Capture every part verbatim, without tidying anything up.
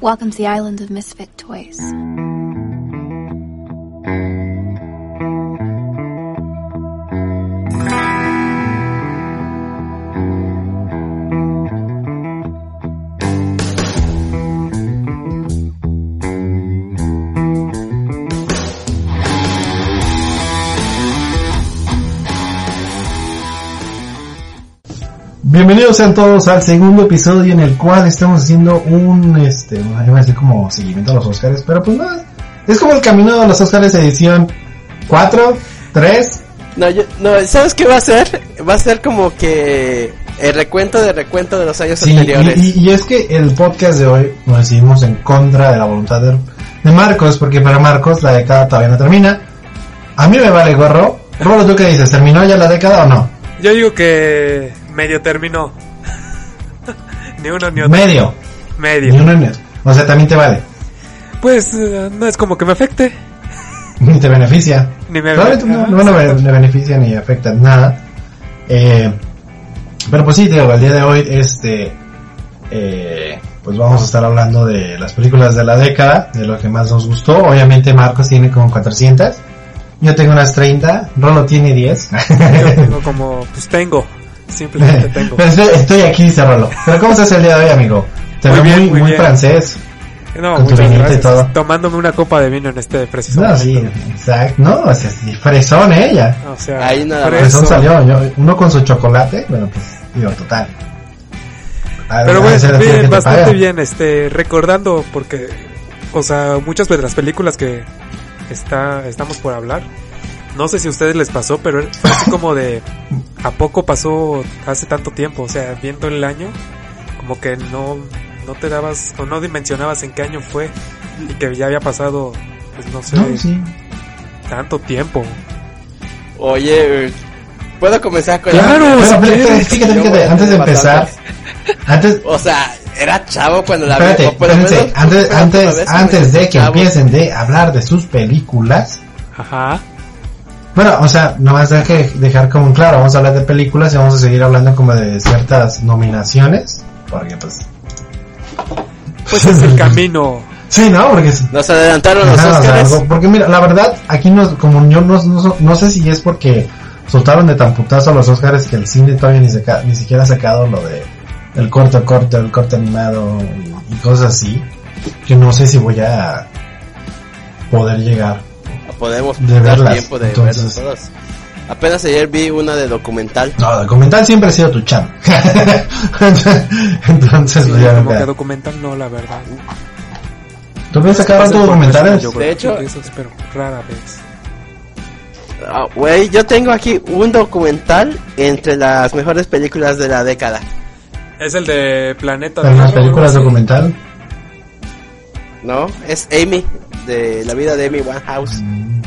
Welcome to the island of misfit toys. Bienvenidos sean todos al segundo episodio en el cual estamos haciendo un, este, iba a decir como seguimiento a los Oscars, pero pues no, es como el camino de los Oscars edición cuatro, tres. No, yo, no, ¿sabes qué va a ser? Va a ser como que el recuento de recuento de los años sí, anteriores. Y, y, y es que el podcast de hoy nos decidimos en contra de la voluntad de, de Marcos, porque para Marcos la década todavía no termina. A mí me vale gorro. Rolo, ¿tú qué dices? ¿Terminó ya la década o no? Yo digo que medio terminó. Ni uno ni otro. Medio. Medio. Ni uno ni otro. O sea, también te vale. Pues uh, no es como que me afecte. Ni te beneficia. Ni me Realmente no, no, no me beneficia ni afecta nada. Eh, pero pues sí, digo, el día de hoy, este, eh, pues vamos a estar hablando de las películas de la década, de lo que más nos gustó. Obviamente Marcos tiene como cuatrocientas. Yo tengo unas treinta. Rolo tiene diez. Yo tengo como, pues tengo. Simplemente tengo. Pero estoy, estoy aquí, dice Rolo. Pero ¿cómo estás el día de hoy, amigo? Te muy veo bien, muy, muy, muy bien. francés. No, con tu muchas vinito gracias. y todo. Tomándome una copa de vino en este preciso No, momento. sí, exacto. No, o sea, sí, fresón ella. O sea, Ahí nada más. Fresón salió. Yo, uno con su chocolate, bueno, pues, digo, total. A ver, Pero a bueno, ver, ¿qué bien, te bastante paga? bien, este, recordando, porque, o sea, muchas de las películas que está, estamos por hablar, no sé si a ustedes les pasó, pero fue así como de, ¿a poco pasó hace tanto tiempo? O sea, viendo el año, como que no, no te dabas, o no dimensionabas en qué año fue, y que ya había pasado, pues no sé, No, sí. tanto tiempo. Oye, ¿puedo comenzar con Claro, la... Pero, si pero, quieres. pero, fíjate, Yo voy fíjate, a antes de tener empezar, bastantes. antes, O sea, era chavo cuando la vi. espérate, o por lo espérense, menos, antes, fue la antes, última vez antes me de hice que chavo. empiecen de hablar de sus películas, Ajá. bueno, o sea, nomás hay que dejar como en claro, vamos a hablar de películas y vamos a seguir hablando como de ciertas nominaciones, porque pues, Pues es el camino. sí, ¿no? Porque Nos adelantaron los ajá, o sea, Oscars. algo- porque mira, la verdad, aquí no, como yo no, no, no sé si es porque soltaron de tan putazo a los Oscars que el cine todavía ni, seca, ni siquiera ha sacado lo de el corto corto, el corto animado y, y cosas así, que no sé si voy a poder llegar. Podemos de dar verlas, tiempo de entonces. verlas todas. Apenas ayer vi una de documental. No, documental siempre ha sido tu cham. Entonces, Sí, pues, ya me como que queda. documental no, la verdad. ¿Tú ves sacar tu documentales? Yo De creo hecho- que eso espero rara vez. Ah, Güey, yo tengo aquí un documental entre las mejores películas de la década. Es el de Planeta ¿En las Tierra, películas algo así. documental? ¿No? Es Amy, de la vida de Amy Winehouse.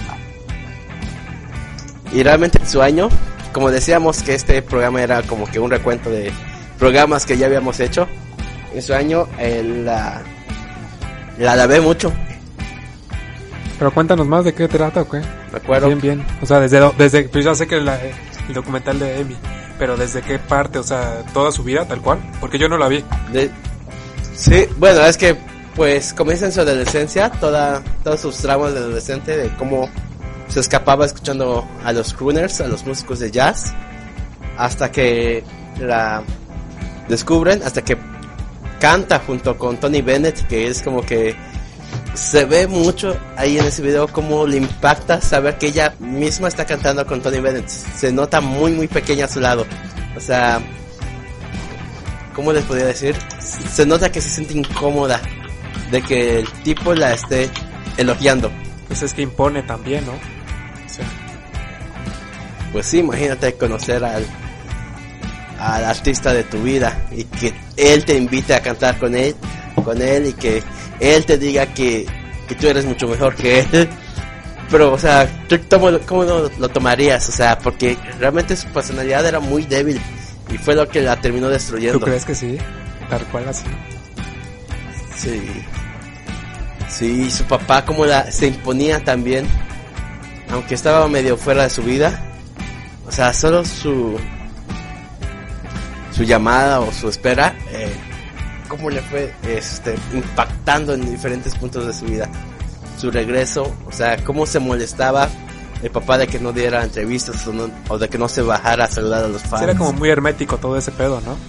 Y realmente en su año, como decíamos que este programa era como que un recuento de programas que ya habíamos hecho, en su año eh, la, la alabé mucho, Pero cuéntanos más de qué trata o qué. me acuerdo. Bien, bien. O sea, desde, do- desde pues ya sé que la, el documental de Amy, pero desde qué parte, o sea, toda su vida, tal cual, porque yo no la vi. De- sí, bueno, es que pues comienza en su adolescencia, toda, todos sus traumas de adolescente, de cómo se escapaba escuchando a los crooners, a los músicos de jazz, hasta que la descubren, hasta que canta junto con Tony Bennett, que es como que se ve mucho ahí en ese video cómo le impacta saber que ella misma está cantando con Tony Bennett. Se nota muy muy pequeña a su lado, o sea, ¿cómo les podría decir? Se nota que se siente incómoda de que el tipo la esté elogiando. Pues es que impone también, ¿no? O sea, Pues sí, imagínate conocer al al artista de tu vida y que él te invite a cantar con él, con él y que él te diga que, que tú eres mucho mejor que él. Pero, o sea, ¿tú cómo, cómo lo, lo tomarías? O sea, porque realmente su personalidad era muy débil y fue lo que la terminó destruyendo. ¿tú crees que sí? Tal cual así. Sí. Sí, su papá como la se imponía también, aunque estaba medio fuera de su vida. O sea, solo su su llamada o su espera eh, cómo le fue este impactando en diferentes puntos de su vida. Su regreso, o sea, cómo se molestaba el papá de que no diera entrevistas o, no, o de que no se bajara a saludar a los fans. Sí, era como muy hermético todo ese pedo, ¿no?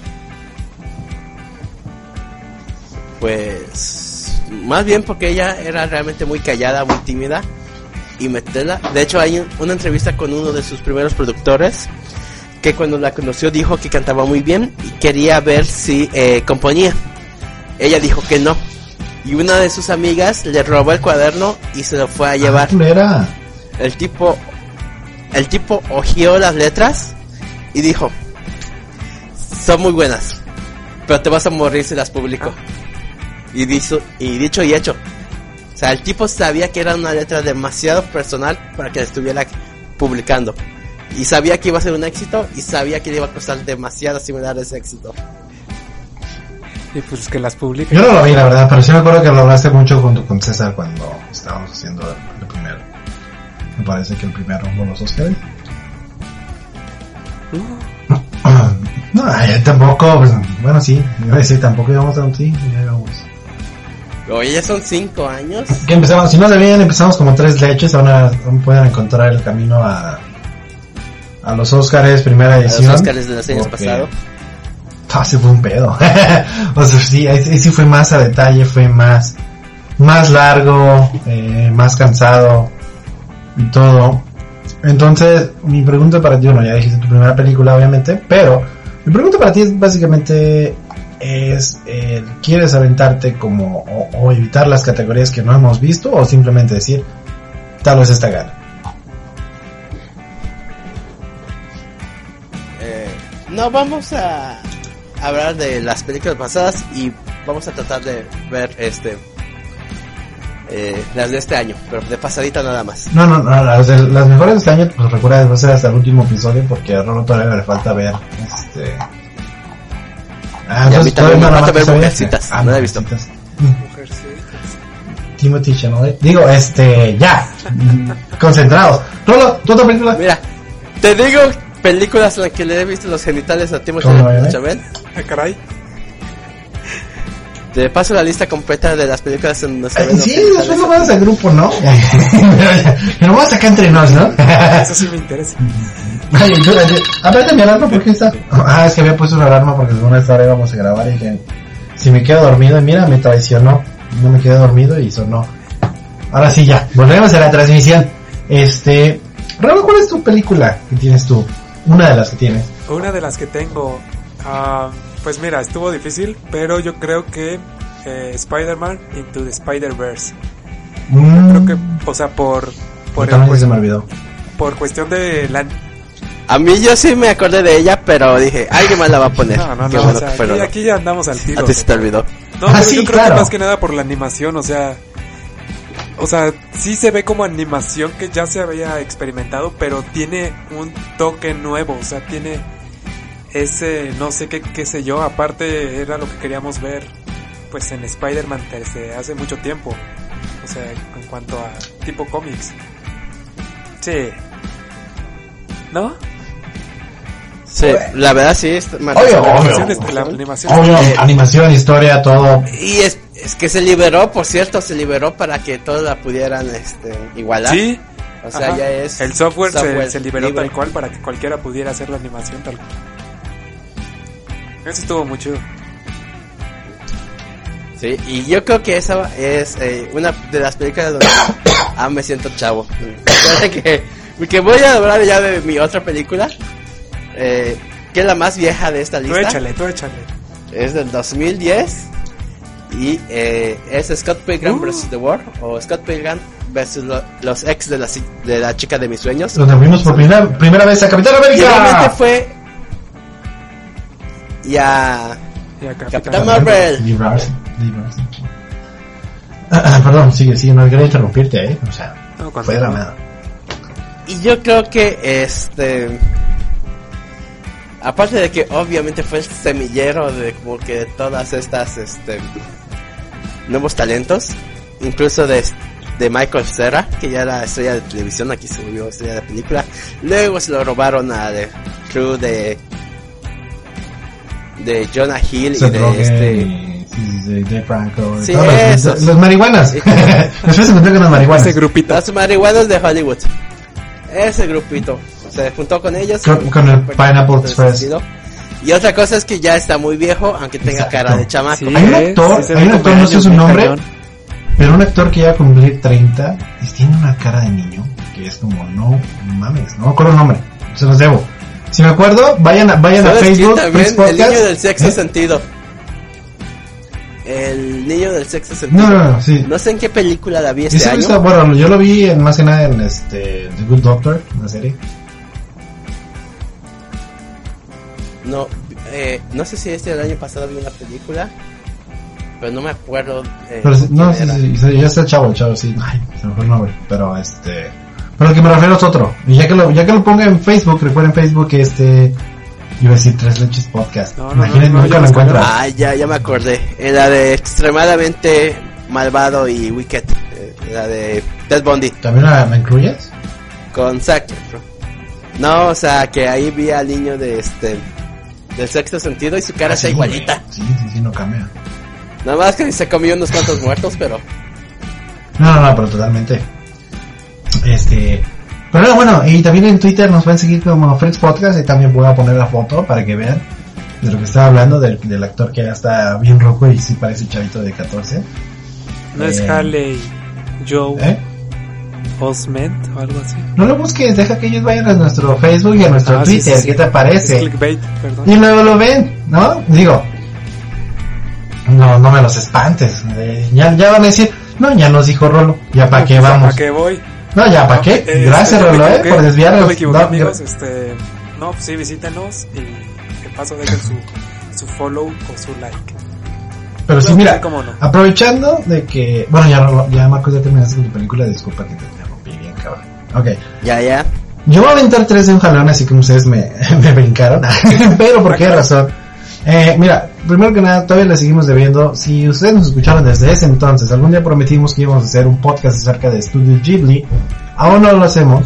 Pues más bien porque ella era realmente muy callada, muy tímida y meterla. De hecho hay una entrevista con uno de sus primeros productores que cuando la conoció dijo que cantaba muy bien y quería ver si eh, componía. Ella dijo que no y una de sus amigas le robó el cuaderno y se lo fue a llevar. Ah, el tipo el tipo hojeó las letras y dijo: son muy buenas, pero te vas a morir si las publico. Y dicho, y dicho y hecho. O sea, el tipo sabía que era una letra demasiado personal para que la estuviera publicando. Y sabía que iba a ser un éxito y sabía que le iba a costar demasiado similar ese éxito. Y pues que las publique. Yo no lo vi, la verdad, pero sí me acuerdo que lo hablaste mucho junto con César cuando estábamos haciendo el, el primero. Me parece que el primero con los Oscars. Uh. No, ay, tampoco, pues, bueno, sí, iba a decir, tampoco íbamos a un sí, ya íbamos. Oye, ya son cinco años. Que empezamos, si no se bien, empezamos como tres leches, ahora pueden encontrar el camino a a los Oscars, primera edición. A los Oscars de los años pasados. Ah, sí fue un pedo. O sea, sí, ahí sí fue más a detalle, fue más, más largo, eh, más cansado y todo. Entonces, mi pregunta para ti, bueno, ya dijiste tu primera película, obviamente, pero mi pregunta para ti es básicamente, es, eh, ¿quieres aventarte como, o, o evitar las categorías que no hemos visto, o simplemente decir, tal vez esta gana? Eh, no, vamos a hablar de las películas pasadas y vamos a tratar de ver este eh, las de este año, pero de pasadita nada más. No, no, no, las, de, las mejores de este año, pues recuerda, no ser hasta el último episodio porque a Rolo todavía le falta ver este... Ah, y a mí también me falta ver Mujercitas. Mujercitas, Ah, no la he visto. Mujercitas. Timothy Chalamet. Digo, este, ya, concentrados. Rolo, ¿tu otra película? Mira, te digo películas en las que le he visto los genitales a Timothy Chalamet. Ah, caray. Te paso la lista completa de las películas en las que Ay, sí, después lo vas al grupo, ¿no? Pero vamos acá entre nos, ¿no? Eso sí me interesa. Ay, yo, yo, aparte mi alarma, ¿por qué está? Ah, es que había puesto una alarma porque según esta hora íbamos a grabar y dije, si me quedo dormido, y mira, me traicionó. No me quedé dormido y sonó. Ahora sí, ya, volvemos a la transmisión. Este, Raúl, ¿cuál es tu película que tienes tú? Una de las que tienes. Una de las que tengo, uh, pues mira, estuvo difícil, pero yo creo que eh, Spider-Man Into the Spider-Verse. Mm. Creo que, o sea, por por, el, también pues, se me olvidó. por cuestión de la... A mí yo sí me acordé de ella, pero dije, alguien más la va a poner. No, no, Qué no, bueno o sea, que fue aquí, Rolo. aquí ya andamos al tiro. A ti se te olvidó. No, Ah, pero sí, yo creo claro. que más que nada por la animación, o sea, o sea, sí se ve como animación que ya se había experimentado, pero tiene un toque nuevo, o sea, tiene ese, no sé qué, qué sé yo, aparte era lo que queríamos ver, pues en Spider-Man desde hace mucho tiempo, o sea, en cuanto a tipo cómics. Sí. ¿No? Sí, la verdad sí. Es, Obvio, La obvio. animación, es- la animación Obvio, Eh, animación, historia, todo. Y es, es que se liberó, por cierto, se liberó para que todos la pudieran este, igualar. Sí. O sea, Ajá. ya es... El software, software se, se liberó libre. tal cual para que cualquiera pudiera hacer la animación tal cual. Eso estuvo muy chido. Sí, y yo creo que esa es eh, una de las películas donde ah, me siento chavo. Fíjate que, que voy a hablar ya de mi otra película, eh, que es la más vieja de esta Tú lista. échale, tú échale. Es del dos mil diez y eh, es Scott Pilgrim Uh. versus. The World o Scott Pilgrim versus lo- los ex de la, ci- de la chica de mis sueños. Donde fuimos por primera, primera vez a Capitán Y realmente América. fue ya Y acá, Capitán Marvel. Librarse, librarse. Ah, ah, perdón, sigue, sigue, no quería interrumpirte, eh. O sea, No, cuando- fue de la nada. Y yo creo que este aparte de que obviamente fue el semillero de como que de todas estas este nuevos talentos, incluso de, de Michael Cera, que ya era estrella de televisión, aquí se volvió estrella de película. Luego se lo robaron a The Crew de de Jonah Hill Se y de drogue este y- sí, de, de Franco, de Sí, todos los, esos. los marihuanas. Después se encontró con los marihuanas. Ese grupito. Los marihuanos de Hollywood. Ese grupito. Se juntó con ellos. Con, con el Pineapple Express. Y otra cosa es que ya está muy viejo, aunque tenga Exacto. cara de chamaco. Sí, Hay un eh, actor, sí se hay ve un actor, no sé como su años, nombre, cañón. pero un actor que ya va a cumplir treinta y tiene una cara de niño que es como, no mames, no me acuerdo el nombre, se los debo. Si me acuerdo, vayan a, vayan a ¿Sabes quién Facebook, también? Freaks El Podcast. niño del sexto ¿Eh? sentido. El niño del sexto sentido. No, no, no, sí. No sé en qué película la vi este Ese año. está- bueno, yo lo vi en, más que nada en este The Good Doctor, la serie. No, eh, no sé si este el año pasado vi una película, pero no me acuerdo. Eh, Pero sí, no, quién sí, era. sí, sí, ya está el chavo, el chavo, sí. Ay, se me fue el nombre. Pero este. Pero el que me refiero es otro. Y ya que lo, ya que lo ponga en Facebook, recuerden Facebook que este. Iba a decir Tres Leches Podcast. No, no, Imaginen, no, no, nunca ya lo los encuentro. Ah, ya, ya me acordé. Era de extremadamente malvado y wicked. Eh, La de Ted Bundy ¿También la, la incluyes? con Zac Efron. No, o sea, que ahí vi al niño de este del sexto sentido y su cara Ah, está sí, igualita. Sí, sí, sí, no cambia. Nada más que se comió unos cuantos muertos, pero No, no, no, pero totalmente. Este. Pero no, bueno, y también en Twitter nos pueden seguir como Freaks Podcast y también voy a poner la foto para que vean de lo que estaba hablando, del, del actor que ya está bien rojo y sí parece chavito de catorce. No es Eh, Harley Joe ¿Eh? Osment o algo así. No lo busques, deja que ellos vayan a nuestro Facebook y a nuestro Ah, sí, Twitter, sí, sí. ¿qué te Es parece? clickbait, perdón. Y luego lo ven, ¿no? Digo, no, no me los espantes. eh, ya, ya van a decir, no, ya nos dijo Rolo, ya para qué vamos. ¿Para qué voy? No, ya para No, qué. este, Gracias no me Rolo, eh, equivoqué, por desviarnos. No me equivoqué, No, amigos. Este, no, pues sí, visítenos y de paso dejen su, su follow o su like. Pero sí, No, mira, cómo no. aprovechando de que, bueno, ya, ya Marcos, ya terminaste con tu película, disculpa que te interrumpí bien, cabrón. Ok, ya, ya. yo voy a aventar tres de un jalón, así como ustedes me, me brincaron, pero ¿por qué razón? Eh, mira, primero que nada, todavía le seguimos debiendo, si ustedes nos escucharon desde ese entonces, algún día prometimos que íbamos a hacer un podcast acerca de Studio Ghibli, aún no lo hacemos,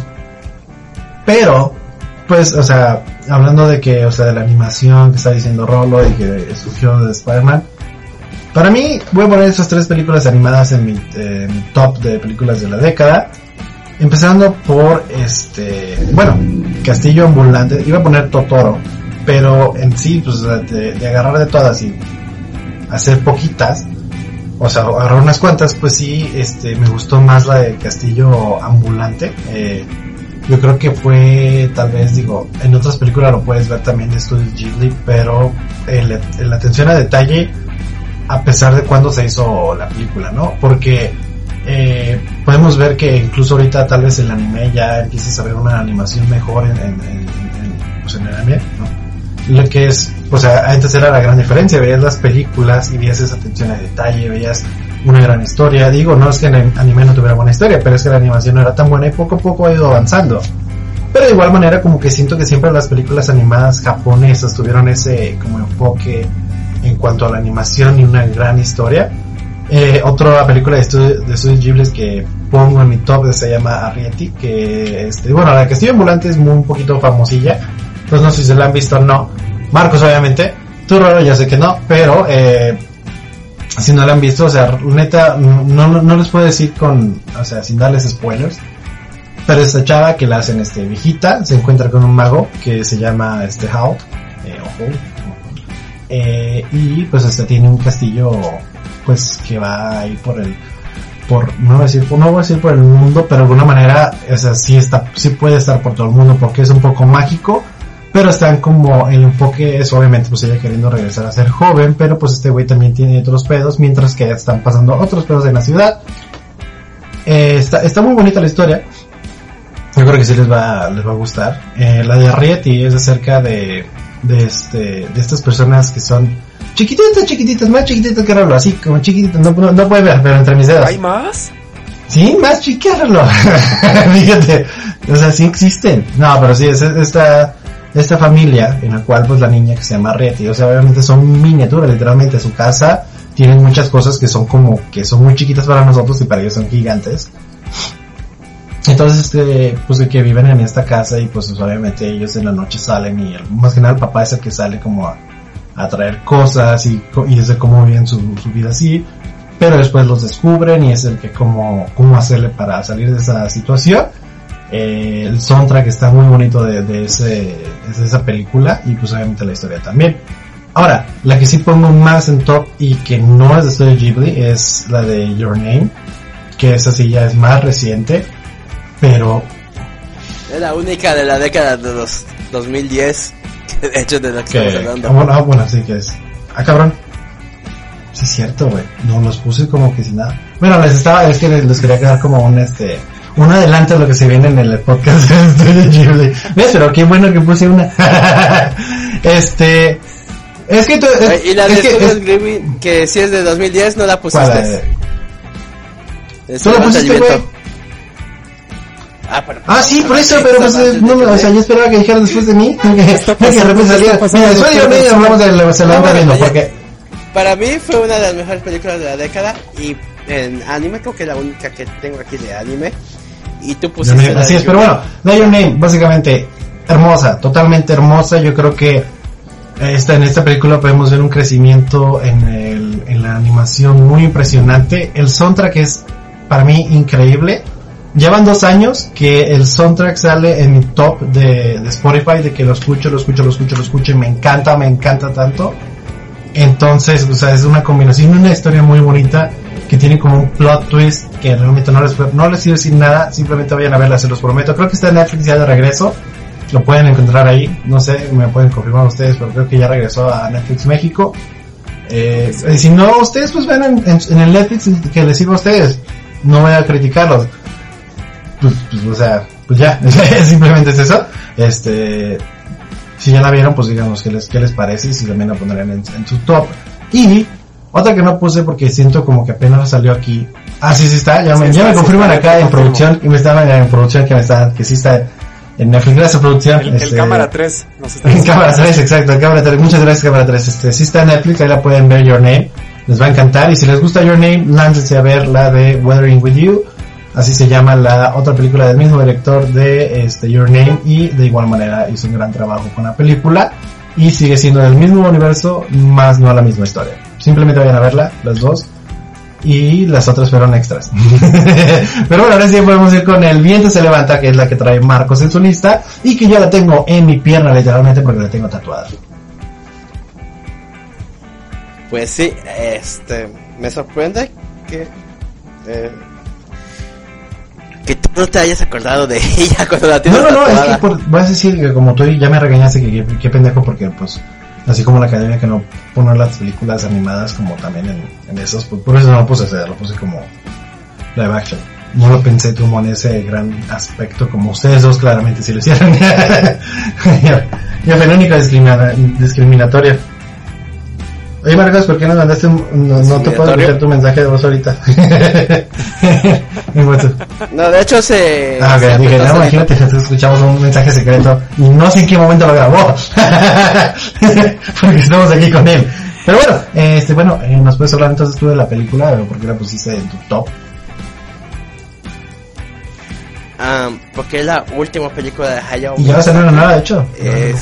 pero, pues, o sea, hablando de que, o sea, de la animación que está diciendo Rolo y que surgió de Spider-Man, para mí, voy a poner esas tres películas animadas en mi, eh, mi top de películas de la década. Empezando por este, bueno, Castillo Ambulante. Iba a poner Totoro, pero en sí, pues de, de agarrar de todas y hacer poquitas, o sea, agarrar unas cuantas, pues sí, este, me gustó más la de Castillo Ambulante. Eh, yo creo que fue, tal vez, digo, en otras películas lo puedes ver también de Studio Ghibli, pero el, el atención a detalle, a pesar de cuándo se hizo la película, ¿no? Porque eh, podemos ver que incluso ahorita tal vez el anime ya empieza a ver una animación mejor en, en, en, en, pues en el anime, ¿no? Lo que es, o sea, antes era la gran diferencia, veías las películas y veías esa atención a detalle, veías una gran historia. Digo, no es que el anime no tuviera buena historia, pero es que la animación no era tan buena y poco a poco ha ido avanzando. Pero de igual manera como que siento que siempre las películas animadas japonesas tuvieron ese como enfoque en cuanto a la animación y una gran historia. Eh, otra película de estudio, de Studio Ghibli que pongo en mi top se llama Arrietty, que este, bueno, la de Castillo Ambulante es muy un poquito famosilla, pues no sé si se la han visto o no. Marcos obviamente, tú Rolo ya sé que no, pero eh, si no la han visto, o sea, neta, no, no, no les puedo decir con, o sea, sin darles spoilers, pero esta chava que la hacen este viejita se encuentra con un mago que se llama este Howl, eh, o Howl, Eh, y pues este tiene un castillo pues que va ahí por el por no voy a decir no voy a decir por el mundo, pero de alguna manera, o sea, sí está, sí puede estar por todo el mundo porque es un poco mágico, pero están como el enfoque es obviamente pues ella queriendo regresar a ser joven, pero pues este güey también tiene otros pedos, mientras que están pasando otros pedos en la ciudad. Eh, está, está muy bonita la historia. Yo creo que sí les va, les va a gustar. Eh, la de Arrietty es acerca de, de este, de estas personas que son chiquititas, chiquititas, más chiquititas que Rolo, así como chiquititas, no, no, no puede ver, pero entre mis dedos. ¿Hay más? Sí, más chiquitas, Rolo. Fíjate, o sea, sí existen. No, pero sí, es esta, esta familia en la cual pues la niña que se llama Arrietty, o sea, obviamente son miniaturas, literalmente su casa tienen muchas cosas que son como, que son muy chiquitas para nosotros y para ellos son gigantes. Entonces, este, pues de que viven en esta casa y pues obviamente ellos en la noche salen y el, más que nada el papá es el que sale como a, a traer cosas y, y es de cómo viven su, su vida así, pero después los descubren y es el que cómo, cómo hacerle para salir de esa situación. Eh, el soundtrack está muy bonito de, de, ese, de esa película y pues obviamente la historia también. Ahora, la que sí pongo más en top y que no es de Studio Ghibli es la de Your Name, que esa sí ya es más reciente, pero... Es la única de la década de los dos mil diez, que de hecho de la que, que estamos hablando. Ah, bueno, ah, bueno, sí que es... Ah, cabrón. Sí es cierto, güey. No los puse como que sin nada. Bueno, les estaba... Es que les, les quería quedar como un este... Un adelanto de lo que se viene en el podcast de Studio Ghibli. ¿Ves? Pero qué bueno que puse una. este... Es que tú... Es, y la de es que, Studio es, Ghibli, que si es de dos mil diez, no la pusiste. ¿Tú la pusiste, güey? Ah, pero, ah, sí, por eso, pero pues, eh, no, o sea, yo esperaba que dijeran después de mí, que, que de repente salía, mira, después yo medio hablamos de lo se lo anda viendo, porque... Para mí fue una de las mejores películas de la década, y en anime, creo que es la única que tengo aquí de anime, y tú pusiste... Así es, pero bueno, la Your Name, básicamente, hermosa, totalmente hermosa, yo creo que esta, en esta película podemos ver un crecimiento en el, en la animación muy impresionante, el soundtrack es, para mí, increíble. Llevan dos años que el soundtrack sale en mi top de, de Spotify, de que lo escucho, lo escucho, lo escucho, lo escucho y me encanta, me encanta tanto. Entonces, o sea, es una combinación, una historia muy bonita que tiene como un plot twist que realmente no les, no les quiero decir nada, simplemente vayan a verla, se los prometo. Creo que está en Netflix ya de regreso, lo pueden encontrar ahí, no sé, me pueden confirmar ustedes, pero creo que ya regresó a Netflix México. Eh, y si no, ustedes pues ven en, en, en el Netflix que les sirva a ustedes, no voy a criticarlos. Pues, pues, o sea, pues ya, simplemente es eso. Este, si ya la vieron, pues digamos qué les, qué les parece y si también la pondrían en, en su top. Y otra que no puse porque siento como que apenas salió aquí. Ah, sí, sí está, ya me, sí, ya está, me confirman sí, acá en producción y me estaban en producción que me está, que sí está en Netflix. Gracias, producción. El, este, el cámara tres. Nos está en cámara tres, exacto, el cámara tres. Muchas gracias, cámara tres. Este, sí está en Netflix, ahí la pueden ver, Your Name. Les va a encantar y si les gusta Your Name, láncense a ver la de Weathering With You. Así se llama la otra película del mismo director de este Your Name y de igual manera hizo un gran trabajo con la película y sigue siendo del mismo universo, más no la misma historia. Simplemente vayan a verla, las dos, y las otras fueron extras. Pero bueno, ahora sí podemos ir con El viento se levanta, que es la que trae Marcos en su lista y que yo la tengo en mi pierna literalmente porque la tengo tatuada. Pues sí, este, me sorprende que... Eh, que tú no te hayas acordado de ella cuando la tienes. No, no, no, tatuada. es que por, voy a decir que como tú ya me regañaste que qué que pendejo porque pues así como la academia que no pone las películas animadas como también en, en esos, pues por eso no lo puse, o sea, lo puse como live action. No lo pensé como en ese gran aspecto como ustedes dos claramente sí lo hicieron. Yo fui el único discrimina, discriminatorio. Oye Marcos, ¿por qué no mandaste un, no, no te puedo escuchar tu mensaje de voz ahorita? No, de hecho se... Ah, ok, se dije, no, imagínate que escuchamos un mensaje secreto y no sé en qué momento lo grabó. Porque estamos aquí con él. Pero bueno, este, bueno, eh, ¿nos puedes hablar entonces tú de la película? ¿O por qué la pusiste en tu top? Um, porque es la última película de Hayao. Y ya va a salir una nueva, de hecho. Es...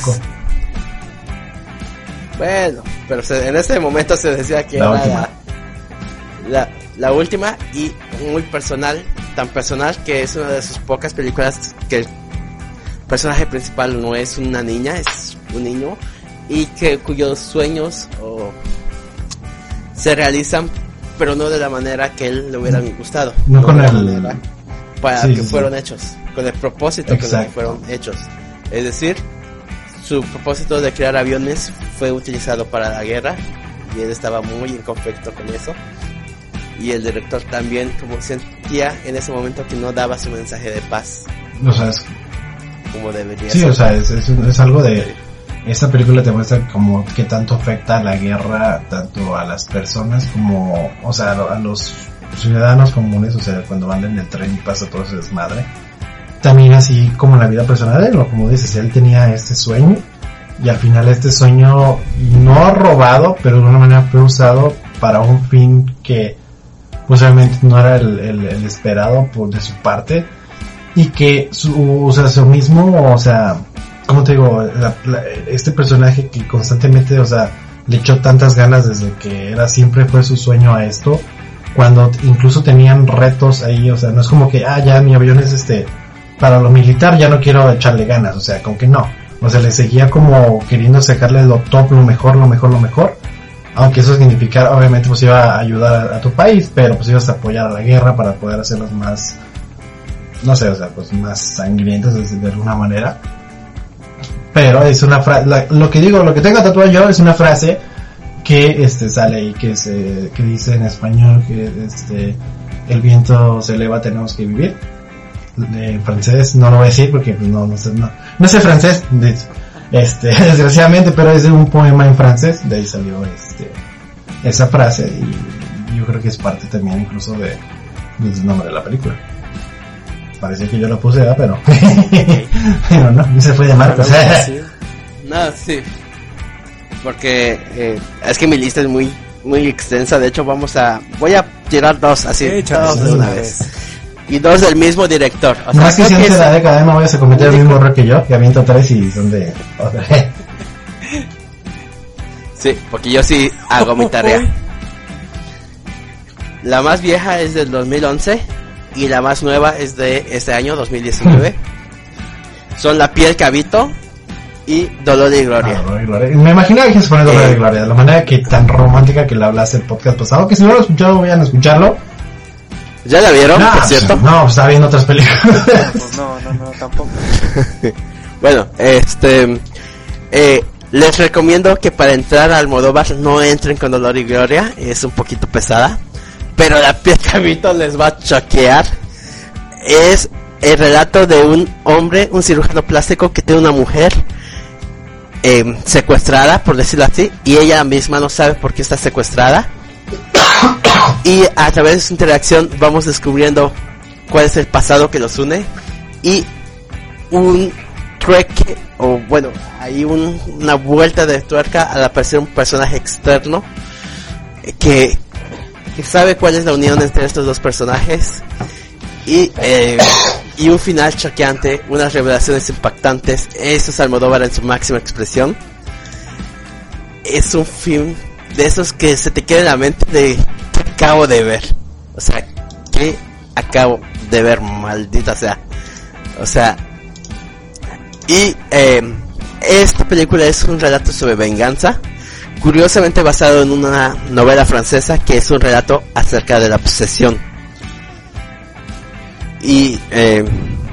Bueno, pero se, en ese momento se decía que la era última. La, la, la última y muy personal, tan personal que es una de sus pocas películas que el personaje principal no es una niña, es un niño y que cuyos sueños oh, se realizan, pero no de la manera que él le hubieran gustado. No, no con de la el... manera para sí, que sí, fueron sí. hechos, con el propósito Exacto. con el que fueron hechos. Es decir, su propósito de crear aviones fue utilizado para la guerra y él estaba muy en conflicto con eso. Y el director también como sentía en ese momento que no daba su mensaje de paz. O sea, es... como debería sí, ser. o sea, es, es, es algo de... Esta película te muestra como que tanto afecta la guerra tanto a las personas como, o sea, a los ciudadanos comunes, o sea, cuando van en el tren y pasa todo ese desmadre. También así como en la vida personal de él, o como dices, él tenía este sueño y al final este sueño no robado, pero de una manera fue usado para un fin que pues obviamente no era el, el, el esperado por de su parte y que su, o sea, su mismo, o sea, ¿cómo te digo? La, la, este personaje que constantemente, o sea, le echó tantas ganas desde que era, siempre fue su sueño a esto, cuando incluso tenían retos ahí, o sea, no es como que, ah, ya mi avión es este, para lo militar ya no quiero echarle ganas, o sea, como que no, o sea, le seguía como queriendo sacarle lo top, lo mejor, lo mejor, lo mejor, aunque eso significara, obviamente pues iba a ayudar a, a tu país, pero pues ibas a apoyar a la guerra para poder hacerlos más, no sé, o sea, pues más sangrientos de, de alguna manera. Pero es una frase, lo que digo, lo que tengo tatuado yo es una frase que este sale ahí, que se, que dice en español que este, el viento se eleva, tenemos que vivir. En francés no lo voy a decir porque pues, no, no sé, no, no sé francés, de, este, desgraciadamente, pero es de un poema en francés, de ahí salió este, esa frase y yo creo que es parte también incluso de, del nombre de la película. Parece que yo lo puse, ¿verdad? Pero, pero no, se fue de Marcos. No, sí. Porque eh, es que mi lista es muy muy extensa. De hecho, vamos a voy a tirar dos así, Échale, dos de una vez. vez. Y dos del mismo director. O no sea, es que si antes de la década no vayas a cometer el mismo error que yo, que aviento tres y son de otra. Sí, porque yo sí hago mi tarea. La más vieja es del dos mil once. Y la más nueva es de este año, dos mil diecinueve. Son La piel que habito y Dolor y Gloria. Ah, Dolor y Gloria. Me imaginaba que se pone Dolor y Gloria, de la manera que tan romántica que le hablaste el podcast pasado, que si no lo han escuchado, vayan a escucharlo. ¿Ya la vieron, no, por cierto? No, pues estaba viendo otras películas. No, pues no, no, no, tampoco. Bueno, este... Eh, les recomiendo que para entrar al Almodóvar no entren con Dolor y Gloria, es un poquito pesada. Pero La piel que habito les va a choquear. Es el relato de un hombre, un cirujano plástico que tiene una mujer eh, secuestrada, por decirlo así, y ella misma no sabe por qué está secuestrada. Y a través de su interacción vamos descubriendo cuál es el pasado que los une y un trueque, o bueno, hay un, una vuelta de tuerca al aparecer un personaje externo que que sabe cuál es la unión entre estos dos personajes y eh, y un final choqueante, unas revelaciones impactantes. Eso es Almodóvar en su máxima expresión. Es un film de esos que se te queda en la mente de ¿qué acabo de ver? O sea, ¿qué acabo de ver? Maldita sea. O sea, y eh, esta película es un relato sobre venganza, curiosamente basado en una novela francesa que es un relato acerca de la obsesión. Y, eh,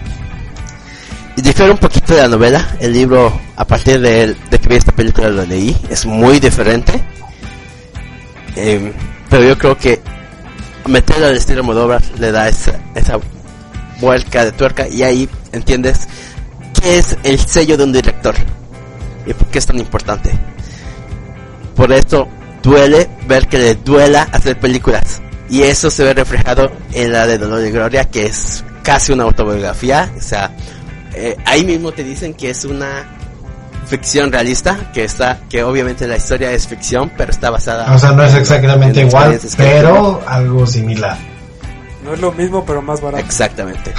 y difiere un poquito de la novela. El libro, a partir de, el, de que vi esta película, lo leí. Es muy diferente. Eh, pero yo creo que meterlo al estilo Almodóvar le da esa, esa vuelca de tuerca y ahí entiendes qué es el sello de un director y por qué es tan importante. Por esto duele ver que le duela hacer películas. Y eso se ve reflejado en la de Dolor y Gloria, que es casi una autobiografía. O sea, eh, ahí mismo te dicen que es una ficción realista, que está, que obviamente la historia es ficción, pero está basada... O sea, no es exactamente igual, pero algo similar. No es lo mismo, pero más barato. Exactamente.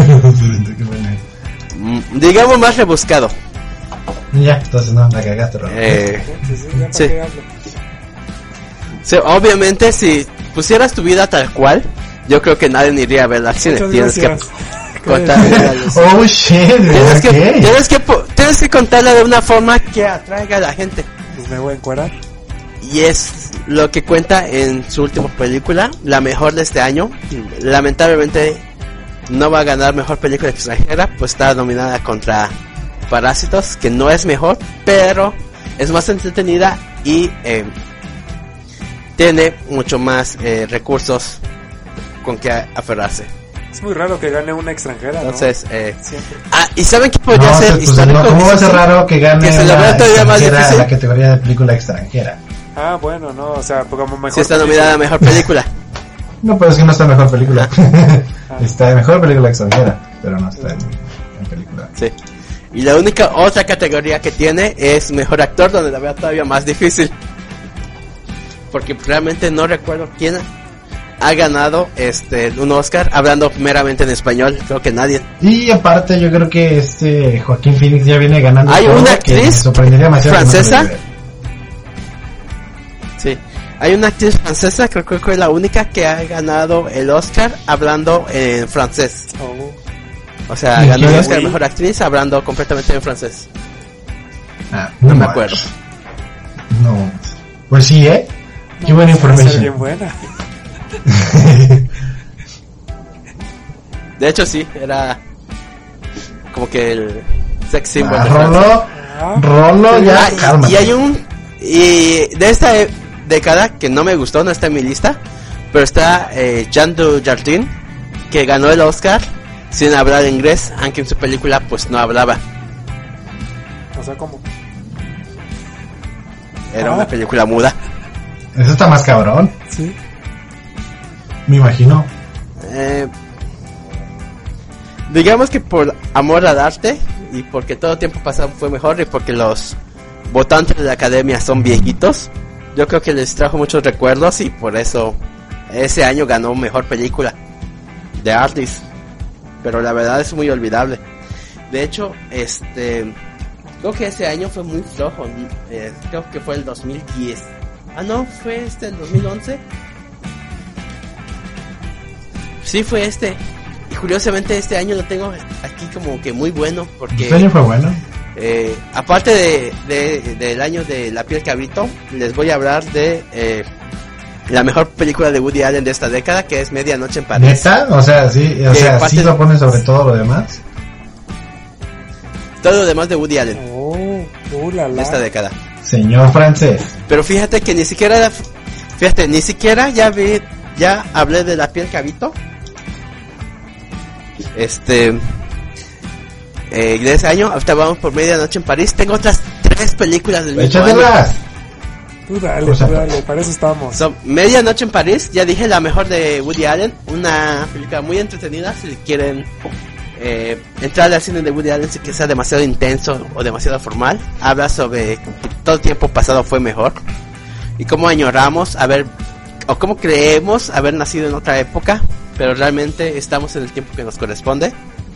Digamos más rebuscado. Ya, entonces no, la cagaste, Rob. Eh, Sí, sí, ya para sí. qué hablo. Sí, obviamente si pusieras tu vida tal cual, yo creo que nadie ni iría a ver al cine. Muchas Tienes gracias. que contarle a los- Oh shit, tienes, que, okay. tienes, que, po- tienes que contarla de una forma que atraiga a la gente. Pues me voy a encuerar. Y es lo que cuenta en su última película, la mejor de este año. Lamentablemente no va a ganar mejor película extranjera, pues está nominada contra Parásitos, que no es mejor, pero es más entretenida y eh, tiene mucho más eh, recursos con que aferrarse. Es muy raro que gane una extranjera, ¿no? Entonces, eh, Siempre. ah, ¿y saben qué podría No, ser pues, histórico? no, ¿cómo va a ser raro que gane Que se lo una vea todavía más extranjera difícil. en la categoría de película extranjera? Ah, bueno, no, o sea, como mejor. Si está película. nominada a mejor película. No, pero es que no está en mejor película. Está en mejor película extranjera, pero no está en, en película. Sí. Y la única otra categoría que tiene es mejor actor, donde la veo todavía más difícil. Porque realmente no recuerdo quién ha ganado este un Oscar hablando meramente en español. Creo que nadie. Y aparte yo creo que este Joaquín Phoenix ya viene ganando. Hay todo, una que me actriz sorprendería demasiado que no francesa se le dé. Hay una actriz francesa, creo que fue la única que ha ganado el Oscar hablando en francés. Oh. O sea, ¿Y ganó el qué? Oscar de Mejor Actriz hablando completamente en francés. Ah, No me manches. acuerdo. No. Pues sí, ¿eh? Qué buena Debe ser información. bien buena. De hecho, sí, era como que el sex symbol Ah, de Francia. Rolo, Ah, Rolo, ya, Ah, y- cálmate. y hay un... Y de esta e- década, que no me gustó, no está en mi lista, pero está eh, Jean Dujardin, que ganó el Oscar sin hablar inglés, aunque en su película pues no hablaba. o sea, como... Era Ah. una película muda. Eso está más cabrón, Sí. me imagino. Eh, digamos que por amor al arte y porque todo tiempo pasado fue mejor y porque los votantes de la academia son viejitos, yo creo que les trajo muchos recuerdos y por eso ese año ganó mejor película de artist. Pero la verdad es muy olvidable. De hecho, este creo que ese año fue muy flojo. eh, creo que fue el dos mil diez. Ah, no, fue este el dos mil once. Sí, fue este. Y curiosamente este año lo tengo aquí como que muy bueno porque Este año fue bueno. eh, aparte de, de del año de La piel cabrito, les voy a hablar de eh, la mejor película de Woody Allen de esta década, que es Medianoche en París. ¿Neta? O sea, sí, o Que sea, parte sí lo de- ponen sobre todo lo demás. Todo lo demás de Woody Allen Oh, uh, la, de la. esta década. Señor francés. Pero fíjate que ni siquiera era- fíjate, ni siquiera ya vi, ya hablé de La piel cabrito. Este eh, de ese año, ahorita vamos por Medianoche en París. Tengo otras tres películas del mismo año. Échatelas. Tú dale, O sea, tú dale, para eso estamos. So, Medianoche en París, ya dije, la mejor de Woody Allen, una película muy entretenida si quieren eh, entrar al cine de Woody Allen sin que sea demasiado intenso o demasiado formal. Habla sobre que todo el tiempo pasado fue mejor y cómo añoramos haber o cómo creemos haber nacido en otra época, pero realmente estamos en el tiempo que nos corresponde.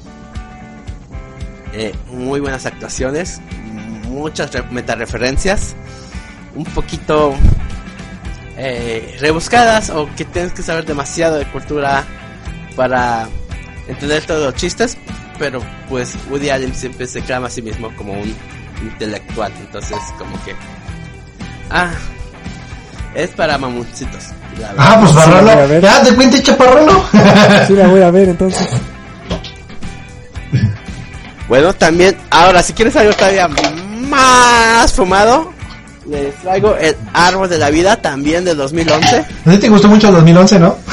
Eh, muy buenas actuaciones, muchas re- metareferencias, un poquito eh, rebuscadas o que tienes que saber demasiado de cultura para entender todos los chistes, pero pues Woody Allen siempre se clama a sí mismo como un intelectual, entonces como que ah es para mamoncitos, la verdad. Ah, pues Sí, voy a Barrolo. ver. Ya, te cuente, chaparrolo. Sí, la voy a ver entonces. Bueno, también ahora si quieres algo todavía más fumado, les traigo El árbol de la vida, también de dos mil once. ¿A ti te gustó mucho el dos mil once, no?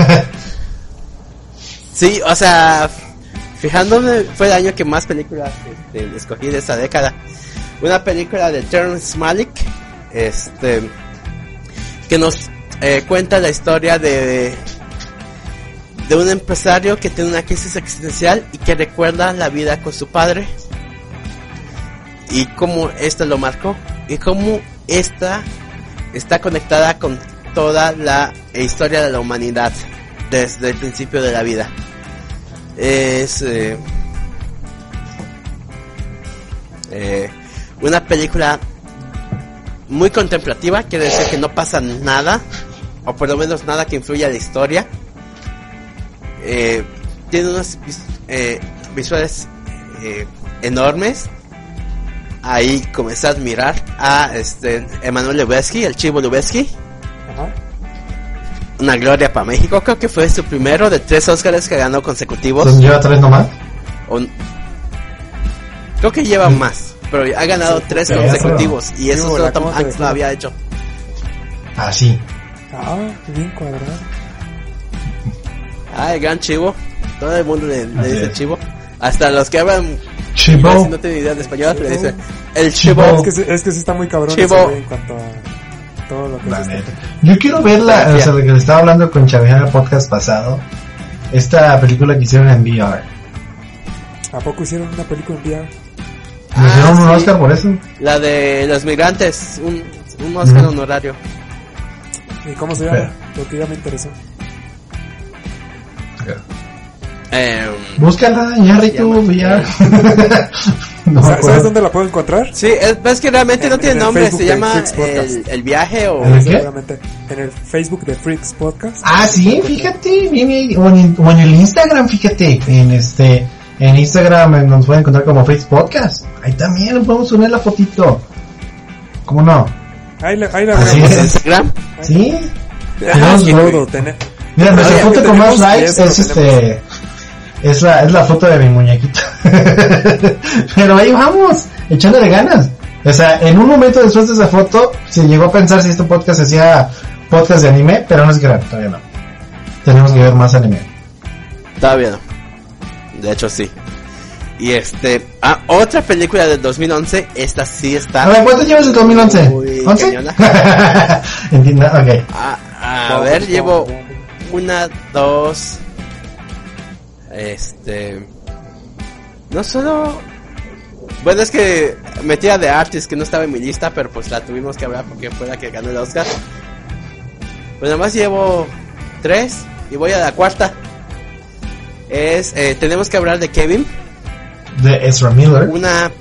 Sí, o sea, fijándome, fue el año que más películas este, escogí de esta década. Una película de Terrence Malick, este, que nos eh, cuenta la historia de de un empresario que tiene una crisis existencial y que recuerda la vida con su padre y cómo esto lo marcó y cómo esta está conectada con toda la historia de la humanidad desde el principio de la vida. Es eh, eh, una película muy contemplativa, quiere decir que no pasa nada, o por lo menos nada que influya en la historia. Eh, tiene unos vis- eh, visuales eh, enormes. Ahí comencé a admirar a este Emmanuel Lubezki, el Chivo Lubezki. Ajá. Una gloria para México, creo que fue su primero de tres Óscares que ganó consecutivos. Entonces lleva tres nomás. O- creo que lleva más, pero ha ganado Sí, tres perro. consecutivos y eso Sí, solo la Tom acabamos de Hanks lo decir. había hecho. Ah, sí. Ah, bien cuadrado. Ah, el gran Chivo, todo el mundo le, le Así dice es. Chivo, hasta los que hablan Chivo. si no tienen idea de español le Chivo. dicen el Chivo. Chivo. Es que, sí- es que sí está muy cabrón Chivo. ese güey en cuanto a todo lo que La es este. neta. Yo quiero verla, o sea, lo que le estaba hablando con Xavier en el podcast pasado. Esta película que hicieron en V R. ¿A poco hicieron una película en V R? ¿Me hicieron un sí. Oscar por eso? La de los migrantes, un, un Oscar Ujú. honorario. ¿Y cómo se llama? Pero- Porque ya me interesó. Eh, Búscala, ya Llama- Ritu, V R. No me ¿Sabes acuerdo. dónde la puedo encontrar? Sí, es, es que realmente En- no tiene en el nombre, Facebook se de llama Freaks Podcast. el, el viaje o... ¿El qué? Seguramente. En el Facebook de Freaks Podcast. Ah, sí, fíjate, bien, bien, o en, o en el Instagram, fíjate, en este, en Instagram eh, nos pueden encontrar como Freaks Podcast. Ahí también le podemos poner la fotito. ¿Cómo no? Ahí la, ahí la Así voy a es. poner. Instagram. Sí. Ah, Tenemos- sí, Todo, tener- Mira, nuestra Oye, foto con más tenemos- likes eso lo es este, es la, es la foto de mi muñequito. Pero ahí vamos, echándole ganas. O sea, en un momento después de esa foto, se llegó a pensar si este podcast hacía podcast de anime, pero no es grave, todavía no. Tenemos que ver más anime. Todavía no. De hecho, sí. Y este... Ah, otra película del dos mil once. Esta sí está... A ver, ¿cuánto llevas en dos mil once? Muy ¿once? cañona. Entiendo, ok. A, a ver, llevo una, dos... Este... No solo... Bueno, es que metí a The Artist, que no estaba en mi lista, pero pues la tuvimos que hablar porque fue la que ganó el Oscar. Pues nada más llevo tres y voy a la cuarta. Es... Eh, tenemos que hablar de Kevin. De Ezra Miller. Una...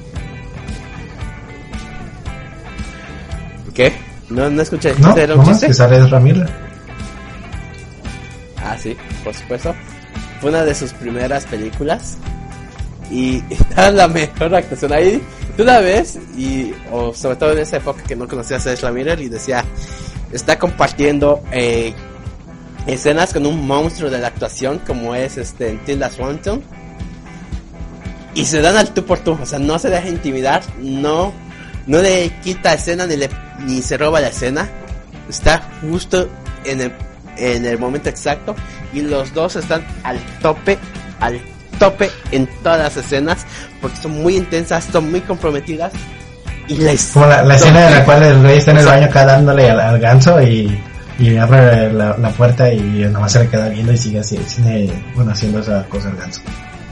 ¿Qué? No, no escuché. No, ¿Este era un nomás chiste? que sale Ezra Miller. Ah, sí, por supuesto. Fue una de sus primeras películas. Y era la mejor actuación. Ahí tú la ves, y o sobre todo en esa época que no conocías a Ezra Miller, y decía, está compartiendo eh, escenas con un monstruo de la actuación como es este Tilda Swinton. Y se dan al tú por tú, o sea, no se deja intimidar, no, no le quita escena ni le ni se roba la escena. Está justo en el, en el momento exacto, y los dos están al tope, al tope en todas las escenas, porque son muy intensas, son muy comprometidas. Y les Como la, la escena en la cual el rey está en el O sea, baño acá dándole al, al ganso y, y abre la, la puerta y nomás se le queda viendo y sigue así, sigue, bueno, haciendo esa cosa al ganso.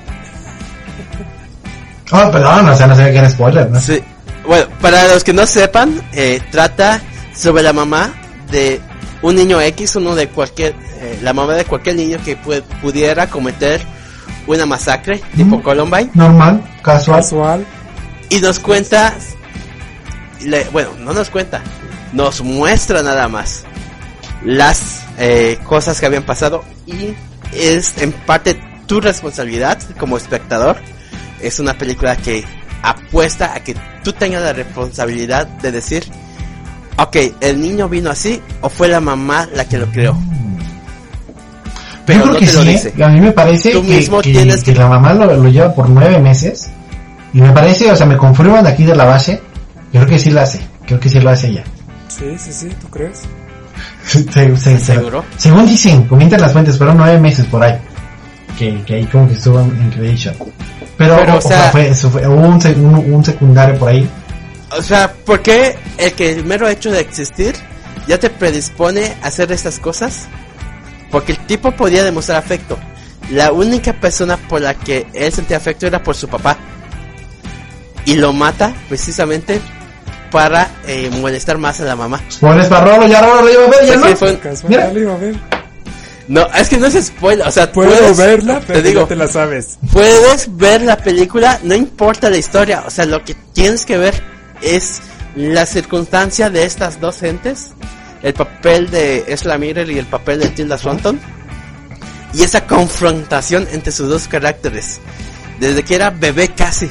Oh, perdón, o sea, no sé qué era spoiler, ¿no? Sí. Bueno, para los que no sepan, eh, trata sobre la mamá de un niño X, uno de cualquier, eh, la mamá de cualquier niño que pu- pudiera cometer una masacre tipo Mm. Columbine, Normal, casual. Casual. y nos cuenta, le- bueno, no nos cuenta, nos muestra nada más las eh, cosas que habían pasado, y es en parte tu responsabilidad como espectador. Es una película que apuesta a que tú tengas la responsabilidad de decir, ok, el niño vino así o fue la mamá la que lo creó. Pero Yo creo no que te lo sí, dice. ¿eh? A mí me parece Tú que, mismo que- tienes que que- la mamá lo, lo lleva por nueve meses. Y me parece, o sea, me confirman de aquí de la base. Yo creo que sí lo hace. Creo que sí lo hace ella. Sí, sí, sí, ¿tú crees? Se- se- se- ¿Seguro? Según dicen, comentan las fuentes, fueron nueve meses por ahí. Que, que ahí como que estuvo en, en creation. Pero, Pero, o, o o sea, sea- fue, eso fue- hubo un, sec- un, un secundario por ahí. O sea, ¿por qué el que el mero hecho de existir ya te predispone a hacer estas cosas? Porque el tipo podía demostrar afecto. La única persona por la que él sentía afecto era por su papá. Y lo mata precisamente para eh, molestar más a la mamá. Spoilers para Rolo, ya Rolo lo iba a ver, ya Es que no. fue- Casual, Mira. dale, a ver. No, es que no es spoiler, o sea, Puedo puedes- verla, pero te digo, no te la sabes. puedes ver la película, no importa la historia, o sea, lo que tienes que ver es la circunstancia de estas dos gentes, el papel de Ezra Miller y el papel de Tilda Swinton, y esa confrontación entre sus dos caracteres, desde que era bebé casi.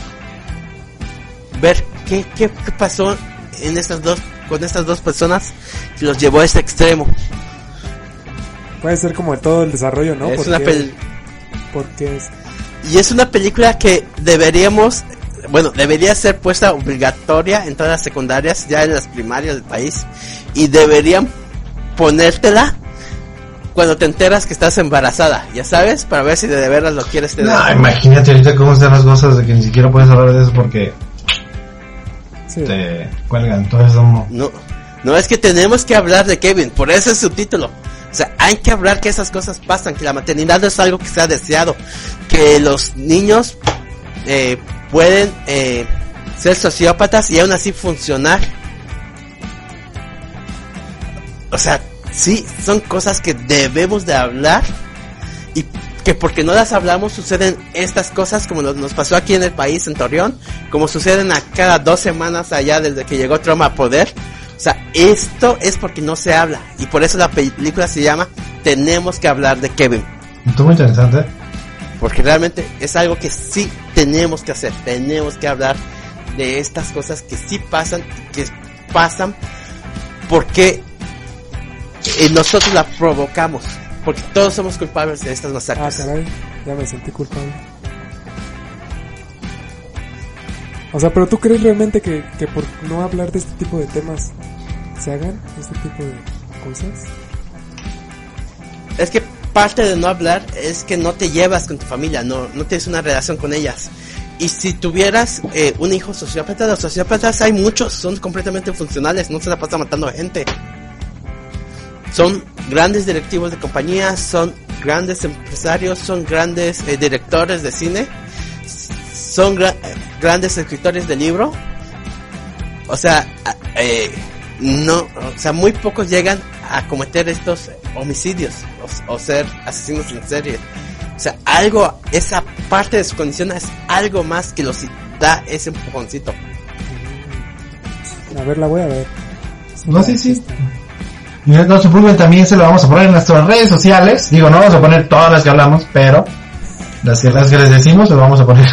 Ver qué, qué, qué pasó en estas dos, con estas dos personas que los llevó a este extremo. Puede ser como todo el desarrollo, ¿no? es ¿Por una qué? pel Porque es... Y es una película que deberíamos, bueno, debería ser puesta obligatoria en todas las secundarias, ya en las primarias del país. Y deberían ponértela cuando te enteras que estás embarazada, ya sabes, para ver si de veras lo quieres tener. No, imagínate ahorita cómo están las cosas de que ni siquiera puedes hablar de eso porque Sí. te cuelgan. Entonces, como... No, no, es que tenemos que hablar de Kevin, por eso es su título. O sea, hay que hablar que esas cosas pasan, que la maternidad no es algo que sea deseado, que los niños eh, pueden eh, ser sociópatas y aún así funcionar. O sea, sí, son cosas que debemos de hablar y que porque no las hablamos suceden estas cosas como nos, nos pasó aquí en el país, en Torreón, como suceden a cada dos semanas allá desde que llegó Trump a poder. O sea, esto es porque no se habla, y por eso la película se llama Tenemos que hablar de Kevin. Estuvo muy interesante. Porque realmente es algo que sí tenemos que hacer, tenemos que hablar de estas cosas que sí pasan, que pasan porque eh, nosotros las provocamos, porque todos somos culpables de estas masacres. Ah, caray, ya me sentí culpable. O sea, pero ¿tú crees realmente que, que por no hablar de este tipo de temas se hagan este tipo de cosas? Es que parte de no hablar es que no te llevas con tu familia, no, no tienes una relación con ellas. Y si tuvieras eh, un hijo sociópata, los sociópatas hay muchos, son completamente funcionales, no se la pasan matando gente. Son grandes directivos de compañías, son grandes empresarios, son grandes eh, directores de cine, son gra- grandes escritores de libro. O sea, eh, no, o sea, muy pocos llegan a cometer estos homicidios o, o ser asesinos en serie. O sea, algo, esa parte de su condición es algo más que los da ese empujoncito. A ver, la voy a ver. No, sí, sí. Y no se preocupen, también se lo vamos a poner en nuestras redes sociales. Digo, no vamos a poner todas las que hablamos, pero las que, las que les decimos lo vamos a poner.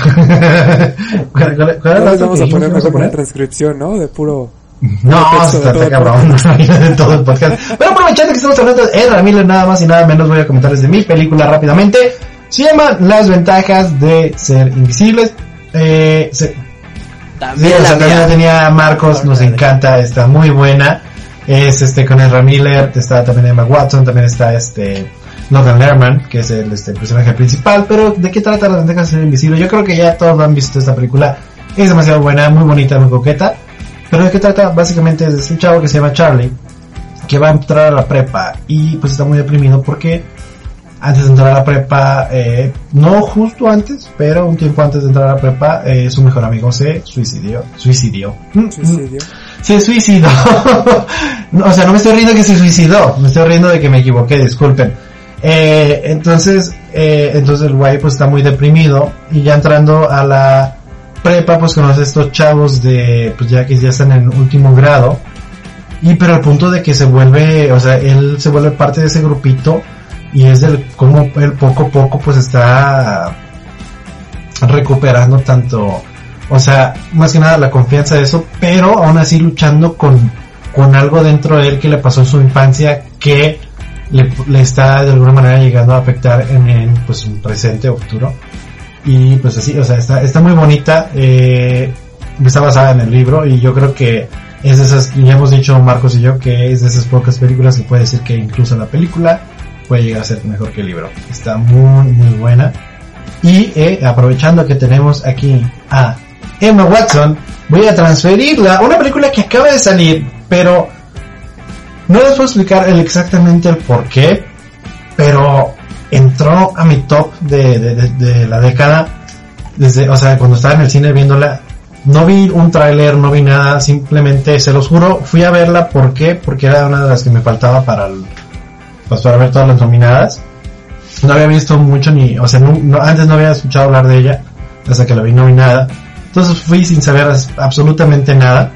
¿Cuál, cuál, cuál Ahora es la les vamos a poner mejor una poner? transcripción, ¿no? De puro... No, texto está, de está todo cabrón, de todo el podcast. Pero aprovechando que estamos hablando de Ezra Miller, nada más y nada menos, voy a comentarles de mi película rápidamente. Se llama Las ventajas de ser invisibles. Eh, se, También sí, o sea, la también mía. la tenía Marcos, nos encanta, está muy buena. Es este con Ezra Miller, está también Emma Watson, también está este Logan Lerman, que es el este personaje principal. Pero ¿de qué trata Las ventajas de ser invisible? Yo creo que ya todos han visto esta película. Es demasiado buena, muy bonita, muy coqueta. Pero ¿de qué trata? Básicamente es de este chavo que se llama Charlie, que va a entrar a la prepa y pues está muy deprimido porque antes de entrar a la prepa, eh, no justo antes, pero un tiempo antes de entrar a la prepa, eh, su mejor amigo se suicidió. Suicidió. Suicidio. Se suicidó. No, o sea, no me estoy riendo que se suicidó, me estoy riendo de que me equivoqué, disculpen. Eh, entonces, eh, entonces el güey pues está muy deprimido y ya entrando a la prepa pues conoce a estos chavos de, pues ya que ya están en último grado. Y pero al punto de que se vuelve, o sea, él se vuelve parte de ese grupito y es del como él poco a poco pues está recuperando tanto, o sea, más que nada la confianza de eso, pero aún así luchando con, con algo dentro de él que le pasó en su infancia que le, le está de alguna manera llegando a afectar en, en pues un presente o futuro. Y pues así, o sea, está, está muy bonita, eh, está basada en el libro y yo creo que es de esas, ya hemos dicho Marcos y yo, que es de esas pocas películas que puede decir que incluso la película puede llegar a ser mejor que el libro. Está muy, muy buena. Y eh, aprovechando que tenemos aquí a Emma Watson, voy a transferirla a una película que acaba de salir, pero no les puedo explicar el, exactamente el por qué, pero entró a mi top de, de, de, de la década, desde, o sea, cuando estaba en el cine viéndola. No vi un tráiler, no vi nada, simplemente, se los juro, fui a verla, ¿por qué? Porque era una de las que me faltaba para el, pues para ver todas las nominadas. No había visto mucho ni, o sea, no, no, antes no había escuchado hablar de ella, hasta que la vi nominada. Entonces fui sin saber absolutamente nada.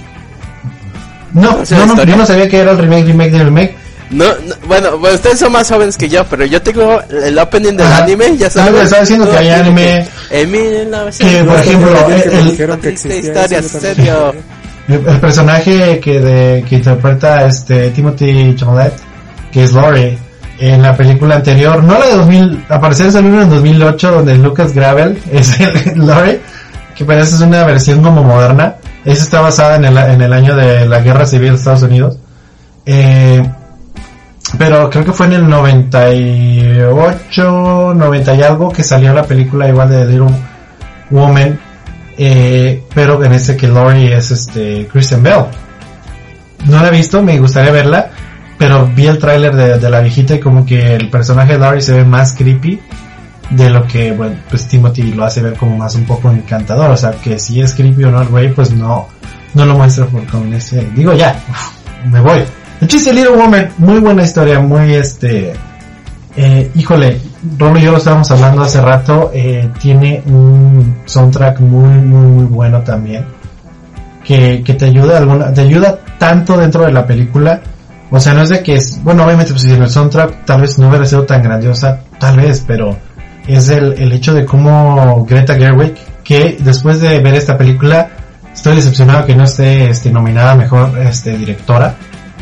No, no, no, yo no sabía que era el remake, remake del remake. No, no, bueno, bueno, ustedes son más jóvenes que yo, pero yo tengo el opening del Ajá. anime, ya saben. No, estaba diciendo que hay anime. En mil novecientos Que, por ejemplo, el, el, el, dijeron que triste existía historia, eso, yo también serio. sabía. el, el personaje que de, que interpreta este Timothy Chalamet, que es Laurie, en la película anterior, no la de dos mil, apareció ese libro en dos mil ocho, donde Lucas Gravel es el Laurie, que parece es una versión como moderna. Esa está basada en el, en el año de la Guerra Civil de Estados Unidos. Eh, pero creo que fue en el noventa y ocho, noventa y algo que salió la película igual de Little Woman, eh, pero en este que Laurie es este Kristen Bell. No la he visto, me gustaría verla, pero vi el tráiler de, de la viejita y como que el personaje de Laurie se ve más creepy de lo que, bueno, pues Timothy lo hace ver como más un poco encantador, o sea, que si es creepy o no el güey, pues no, no lo muestra por, con ese, digo ya, uf, me voy. El chiste Little Woman, muy buena historia, muy este, eh, híjole, Rolo y yo lo estábamos hablando hace rato, eh, tiene un soundtrack muy, muy, muy bueno también, que, que te ayuda alguna, te ayuda tanto dentro de la película. O sea, no es de que es, bueno, obviamente pues si en el soundtrack tal vez no hubiera sido tan grandiosa, tal vez, pero es el, el hecho de cómo Greta Gerwig, que después de ver esta película, estoy decepcionado que no esté, este, nominada a mejor, este, directora,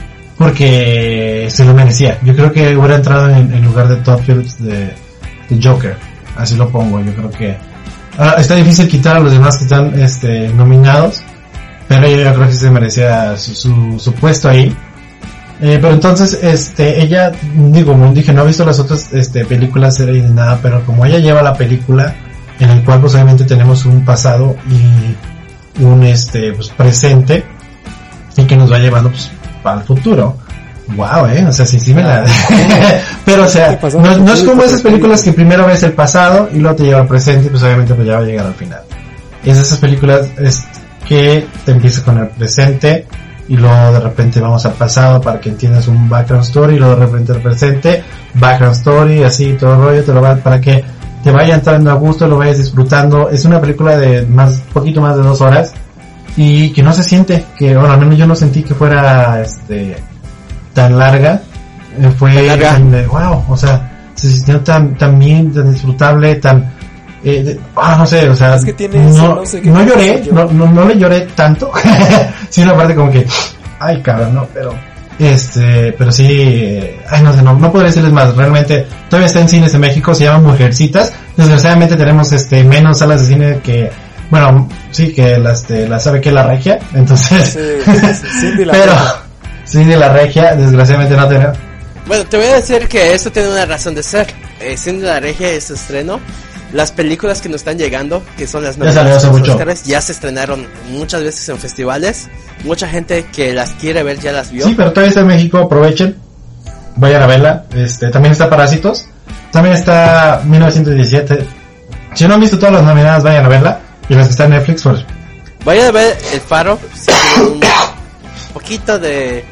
porque se lo merecía. Yo creo que hubiera entrado en, en lugar de Todd Phillips de, de Joker, así lo pongo. Yo creo que ahora está difícil quitar a los demás que están, este, nominados, pero yo, yo creo que se merecía su, su, su puesto ahí. Eh, pero entonces, este, ella, digo, como dije, no he visto las otras, este, películas, series ni nada, pero como ella lleva la película, en el cual pues obviamente tenemos un pasado y un, este, pues presente, y que nos va llevando, pues, para el futuro. Wow, eh, o sea, sí, sí me la... pero, o sea, no, no es como esas películas que primero ves el pasado y luego te lleva al presente, y pues obviamente pues ya va a llegar al final. Es de esas películas, es, que te empieza con el presente, y luego de repente vamos al pasado para que entiendas un background story, y luego de repente al presente, background story, así todo el rollo, te lo va, para que te vaya entrando a gusto, lo vayas disfrutando. Es una película de más, poquito más de dos horas, y que no se siente, que, bueno, al menos yo no sentí que fuera, este, tan larga, eh, fue, tan de, wow, o sea, se sintió tan, tan bien, tan disfrutable, tan, eh, de, ah, no sé, o sea, es que tiene no, eso, no, sé qué no lloré, yo. no, no, no le lloré tanto, sino aparte como que, ay cabrón, no, pero, este, pero sí, eh, ay no sé, no, no podría decirles más, realmente, todavía está en cines de México, se llama Mujercitas, desgraciadamente tenemos, este, menos salas de cine que, bueno, sí, que la, este, la sabe que la regia, entonces, sí, sí, sí, la pero, sí, de la regia, desgraciadamente no tenemos. Bueno, te voy a decir que esto tiene una razón de ser. Eh, Cindy la Regia es su estreno. Las películas que nos están llegando, que son las nominadas a los Oscars, ya se estrenaron muchas veces en festivales. Mucha gente que las quiere ver ya las vio. Sí, pero todavía está en México, aprovechen, vayan a verla. Este, también está Parásitos, también está mil novecientos diecisiete. Si no han visto todas las nominadas, vayan a verla. Y las que están en Netflix, pues vayan a ver El Faro. Si tienen un poquito de...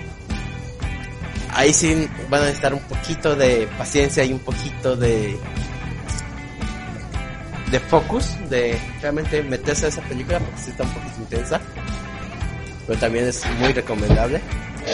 Ahí sí van a necesitar un poquito de paciencia y un poquito de... de focus, de realmente meterse a esa película, porque sí está un poquito intensa, pero también es muy recomendable.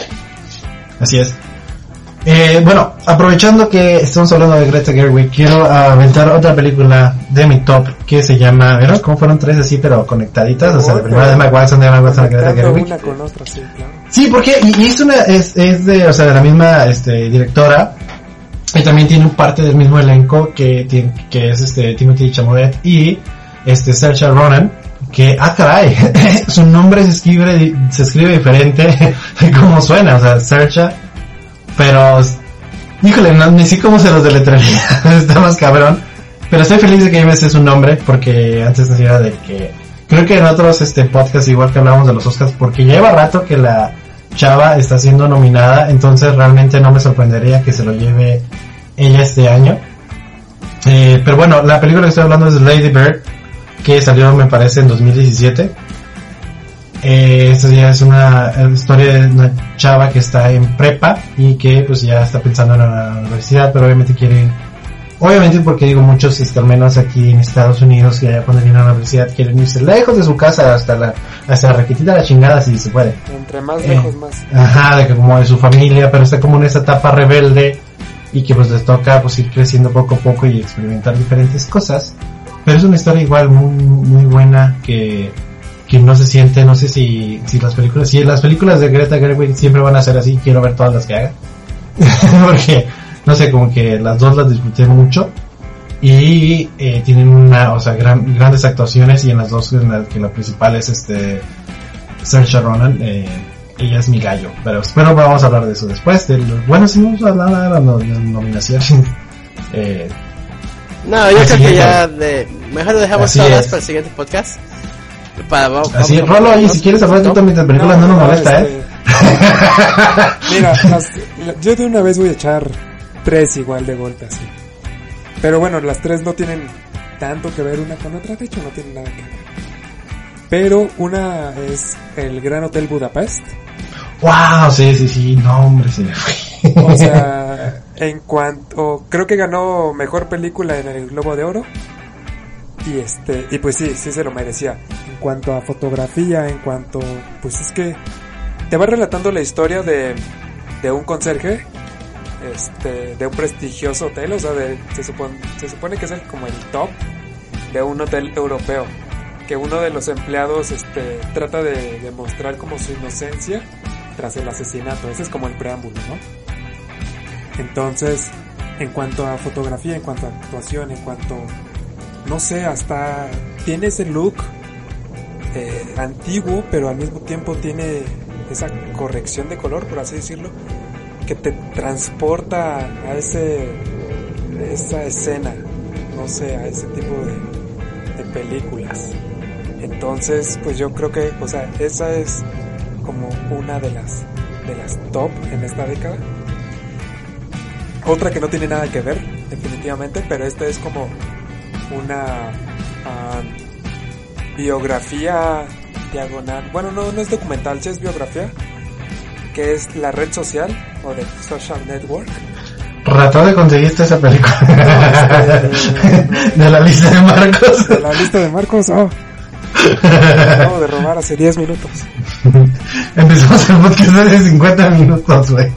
Así es. Eh, bueno, aprovechando que estamos hablando de Greta Gerwig, quiero aventar otra película de mi top que se llama, ¿verdad? Como fueron tres así, pero conectaditas, o sea, la primera de Emma Watson, de Emma Watson, de Greta Gerwig. Una con otra, sí, claro. Sí, porque, y, y es una, es, es de, o sea, de la misma, este, directora, y también tiene un parte del mismo elenco que tiene, que es este Timothée Chalamet y este Saoirse Ronan, que, ah caray, su nombre se escribe, se escribe diferente de cómo suena, o sea, Saoirse, pero, híjole, no, ni sé cómo se los deletrearía, está más cabrón, pero estoy feliz de que me sé su nombre, porque antes decía de que, creo que en otros este podcasts igual que hablábamos de los Oscars, porque lleva rato que la chava está siendo nominada, entonces realmente no me sorprendería que se lo lleve ella este año. Eh, pero bueno, la película que estoy hablando es Lady Bird, que salió me parece en dos mil diecisiete. Eh, esta ya es una historia de una chava que está en prepa y que pues ya está pensando en la universidad, pero obviamente quiere, obviamente porque digo muchos, este, al menos aquí en Estados Unidos, que ya cuando vienen a la universidad quieren irse lejos de su casa hasta la, hasta la requetita de la chingada si se puede. Entre más Eh, lejos más. Ajá, de que como de su familia, pero está como en esa etapa rebelde y que pues les toca pues ir creciendo poco a poco y experimentar diferentes cosas. Pero es una historia igual muy muy buena que que no se siente, no sé si si las películas, si las películas de Greta Gerwig siempre van a ser así, quiero ver todas las que haga. Porque no sé, como que las dos las disfruté mucho y eh, tienen una, o sea, gran, grandes actuaciones, y en las dos, en la que la principal es este Saoirse Ronan, eh, ella es mi gallo, pero espero vamos a hablar de eso después. De los, bueno, si vamos a hablar de la no, nominación. eh, No, yo creo siguiente. que ya de, mejor lo dejamos Así todas es. para el siguiente podcast. Para, vamos, así, vamos a Rolo, y ponernos si quieres hablar tú ¿no? también de películas, no, no nos molesta, este, eh. Mira, las- yo de una vez voy a echar tres igual de golpe así. Pero bueno, las tres no tienen tanto que ver una con otra, de hecho no tienen nada que ver. Pero una es el Gran Hotel Budapest. Wow, sí, sí, sí, no hombre, sí me fui. O sea, En cuanto, creo que ganó mejor película en el Globo de Oro. Y este, y pues sí, sí se lo merecía. En cuanto a fotografía, en cuanto, pues es que te va relatando la historia de, de un conserje, este, de un prestigioso hotel, o sea, de, se supone, se supone que es el, como el top de un hotel europeo. Que uno de los empleados, este, trata de demostrar como su inocencia tras el asesinato. Ese es como el preámbulo, ¿no? Entonces, en cuanto a fotografía, en cuanto a actuación, en cuanto, no sé, hasta tiene ese look eh, antiguo, pero al mismo tiempo tiene esa corrección de color, por así decirlo, que te transporta a ese, esa escena, no sé, a ese tipo de, de películas. Entonces, pues yo creo que, o sea, esa es como una de las, de las top en esta década. Otra que no tiene nada que ver, definitivamente, pero esta es como una uh, biografía diagonal. Bueno, no, no es documental, sí es biografía, que es La Red Social o The Social Network. ¿Ratón de conseguiste esa película? No, este, de la lista de Marcos. De la lista de Marcos, oh. Acabo de robar hace diez minutos. Empezamos el podcast hace cincuenta minutos, güey.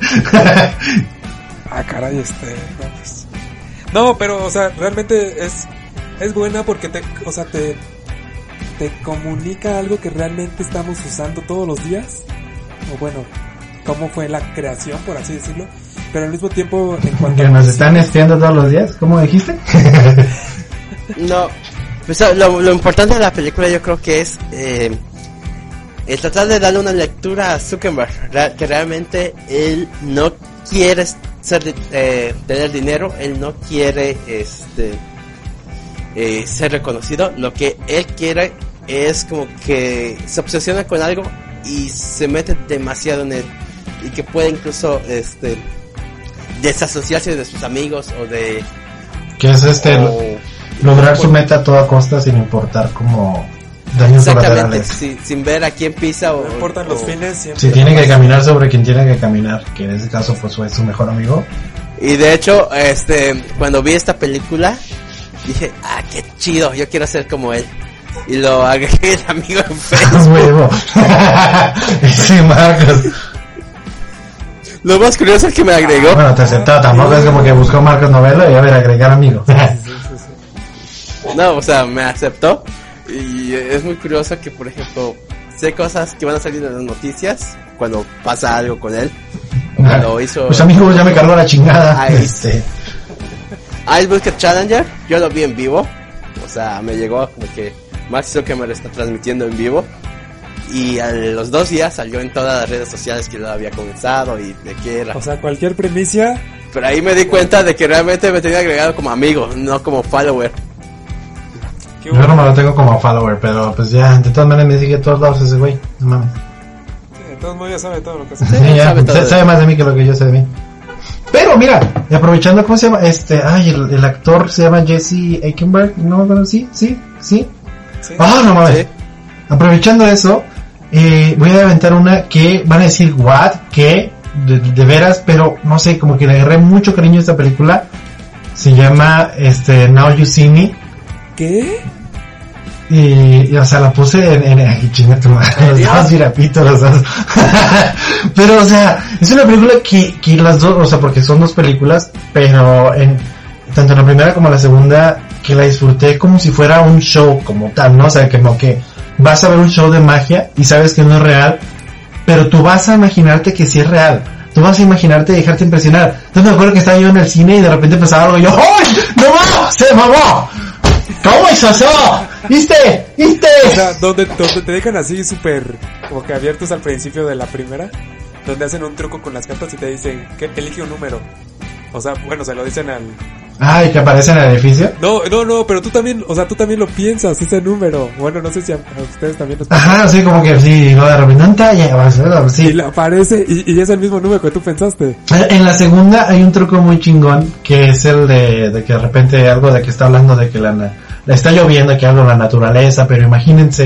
Ah, caray, este, no, pues. No, pero, o sea, realmente es, es buena porque te, o sea, te, te comunica algo que realmente estamos usando todos los días. O bueno, cómo fue la creación, por así decirlo. Pero al mismo tiempo, en cuanto ¿Que nos están espiando todos los días? ¿Cómo dijiste? No, pues lo, lo importante de la película yo creo que es eh, el tratar de darle una lectura a Zuckerberg, ra- que realmente él no quiere ser, eh, tener dinero, él no quiere este eh, ser reconocido, lo que él quiere es como que se obsesiona con algo y se mete demasiado en él y que puede incluso este desasociarse de sus amigos o de Que es este o, lograr su meta a toda costa sin importar como daños exactamente, colaterales. sin, sin ver a quién pisa o no importan los o- fines, siempre. Si tiene que caminar sobre quien tiene que caminar, que en este caso pues fue su mejor amigo. Y de hecho, este, cuando vi esta película, dije, ah, qué chido, yo quiero ser como él. Y lo agregué de amigo en Facebook. Huevo. Sí, Marcos. Lo más curioso es que me agregó. Bueno, te aceptó, tampoco es como que buscó Marcos Novelo y a ver, agregar amigo. Sí, sí, sí. No, o sea, me aceptó. Y es muy curioso que, por ejemplo, sé cosas que van a salir en las noticias cuando pasa algo con él. Cuando hizo Pues amigo, ya me cargó la chingada. Ay. Este, Ice Bucket Challenger, yo lo vi en vivo. O sea, me llegó como que Mark Zuckerberg está transmitiendo en vivo. Y a los dos días salió en todas las redes sociales que lo había comenzado y de qué era. O sea, cualquier primicia. Pero ahí me di cuenta de que realmente me tenía agregado como amigo, no como follower. ¿Qué yo no me lo tengo como follower, pero pues ya, de todas maneras me sigue a todos lados ese güey. No mames. Sí, de todos modos ya sabe todo lo que hace. Sí, ya, sabe todo sabe, de sabe más de mí que lo que yo sé de mí. Pero mira, y aprovechando, ¿cómo se llama? Este, ay, el, el actor se llama Jesse Eisenberg, ¿no? Bueno, sí, sí, sí. Sí. Ah, no mames. Sí. Aprovechando eso, eh, voy a aventar una que van a decir, what, ¿qué? De, de veras, pero no sé, como que le agarré mucho cariño a esta película. Se llama, este, Now You See Me. ¿Qué? Y, y, o sea, la puse en, en, ay, chinga tu madre, los dos virapitos, los dos. Pero, o sea, es una película que, que las dos, o sea, porque son dos películas, pero en, tanto en la primera como en la segunda, que la disfruté como si fuera un show como tal, ¿no? O sea, como que vas a ver un show de magia y sabes que no es real, pero tú vas a imaginarte que sí es real. Tú vas a imaginarte y dejarte impresionar. Entonces me acuerdo que estaba yo en el cine y de repente empezaba algo y yo, ¡ay! ¡No va! ¡Se mamó! ¿Cómo es eso? ¿Viste? ¿Viste? O sea, donde, donde te dejan así súper como que abiertos al principio de la primera, donde hacen un truco con las cartas y te dicen que elige un número. O sea, bueno, se lo dicen al... Ay, que aparece en el edificio. No, no, no, pero tú también, o sea, tú también lo piensas, ese número. Bueno, no sé si a, a ustedes también los Ajá, sí, como que sí, no de repente, no talla, Y sí. le aparece y, y es el mismo número que tú pensaste. En la segunda hay un truco muy chingón, que es el de, de que de repente algo de que está hablando de que la, la está lloviendo, que algo de la naturaleza, pero imagínense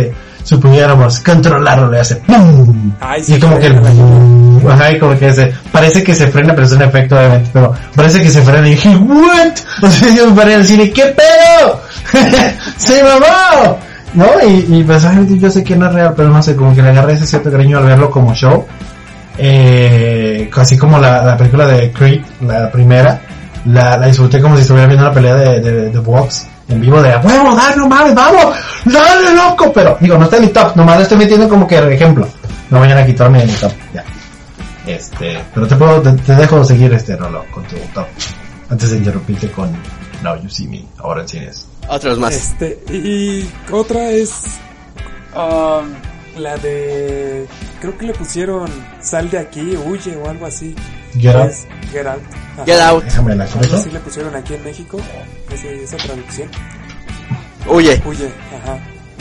si pudiéramos controlarlo, le hace ¡pum! Ay, sí, y como que el ¡pum! Ajá, y como que se, parece que se frena, pero es un efecto obviamente, pero parece que se frena y dije, ¿what? O sea, yo me paré al cine, ¿qué pedo? ¡Se mamó! ¿No? Y, y pues, ay, yo sé que no es real, pero no sé, como que le agarré ese cierto cariño al verlo como show. Eh, así como la, la película de Creed, la primera, la, la disfruté como si estuviera viendo la pelea de, de, de box en vivo de, ¡huevo, dale, no mames, vamos! ¡Dale, loco! Pero, digo, no está en mi top, nomás lo estoy metiendo como que ejemplo. No vayan a quitarme de mi top, ya. Este, pero te puedo, te, te dejo seguir este Rolo con tu top. Antes de interrumpirte con Now You See Me, ahora en cines. Otros más. Este, y otra es um, la de, creo que le pusieron Sal de aquí, huye o algo así. Get Out. Es Get Out. Ajá. Get Out. Déjame la Algo comento. así le pusieron aquí en México, ese, esa traducción. Huye. Huye, ajá.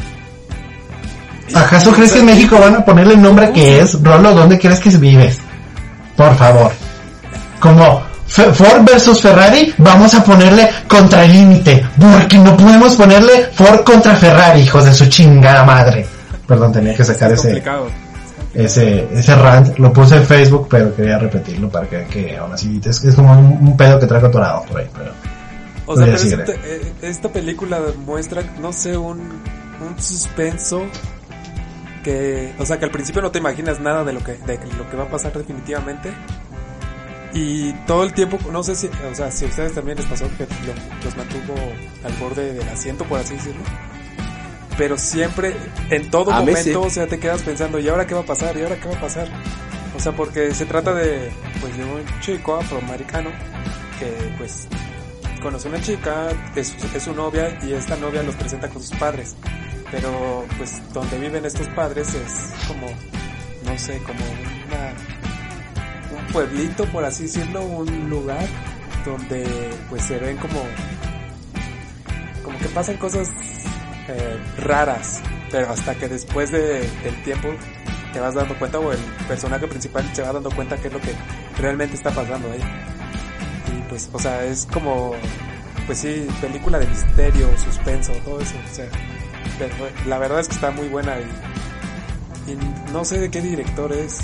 ¿Acaso crees que en México van a ponerle el nombre que es? Rolo, ¿dónde crees que vives? Por favor. Como F- Ford versus Ferrari, vamos a ponerle contra el límite. Porque no podemos ponerle Ford contra Ferrari, hijos de su chingada madre. Perdón, tenía que sacar Es ese, complicado. ese, ese rant. Lo puse en Facebook, pero quería repetirlo para que, que aún así, es, es como un, un pedo que traigo atorado por ahí, pero... O sea, Oye, pero sí, esta, eh, esta película muestra, no sé, un, un suspenso que, o sea, que al principio no te imaginas nada de lo que, de lo que va a pasar definitivamente. Y todo el tiempo, no sé si, o sea, si a ustedes también les pasó que lo- los mantuvo al borde del asiento, por así decirlo. Pero siempre, en todo A mí momento, sí. o sea, te quedas pensando, ¿y ahora qué va a pasar? ¿Y ahora qué va a pasar? O sea, porque se trata de, pues, de un chico afroamericano que, pues, conoce a una chica, es, es su novia, y esta novia los presenta con sus padres. Pero, pues, donde viven estos padres es como, no sé, como una, un pueblito, por así decirlo, un lugar donde, pues, se ven como, como que pasan cosas eh, raras, pero hasta que después de, del tiempo te vas dando cuenta, o el personaje principal se va dando cuenta qué es lo que realmente está pasando ahí. Y pues, o sea, es como, pues sí, película de misterio, suspenso, todo eso, o sea, pero la verdad es que está muy buena y, y no sé de qué director es.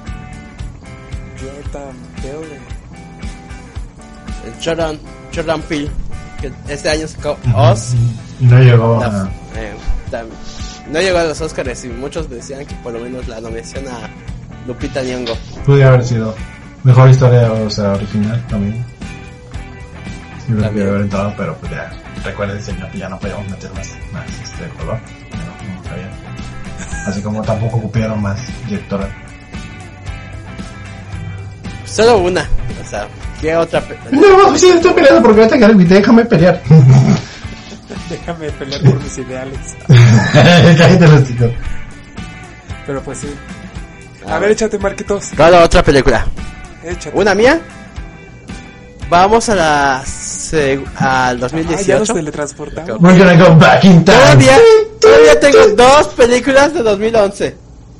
Jordan Peele. El Jordan, Jordan Peele, que este año sacó Ujú. Oz. Y no llegó La- a... eh, tam- no llegó a los Oscars y muchos decían que por lo menos la nominación a Lupita Nyong'o. Pudiera haber sido mejor historia, o sea, original también. Yo creo que También. debe haber entrado, pero pues ya, recuerden, señor, que ya no podíamos meter más, más este color. No, no está bien. Así como tampoco copiaron más directora. Solo una, o sea, ¿qué otra? pe- No, sí, estoy peleando porque ahorita que le invité, déjame pelear. Déjame pelear por mis ideales. Cállate los chicos. Pero pues sí. A ver, échate, Marquitos. ¿Cuál es la otra película? Échate. ¿Una mía? Vamos a la seg- al dos mil Ah, ya nos dieciocho. teletransportamos. We're gonna go back in time. Todavía, todavía tengo dos películas de dos mil once.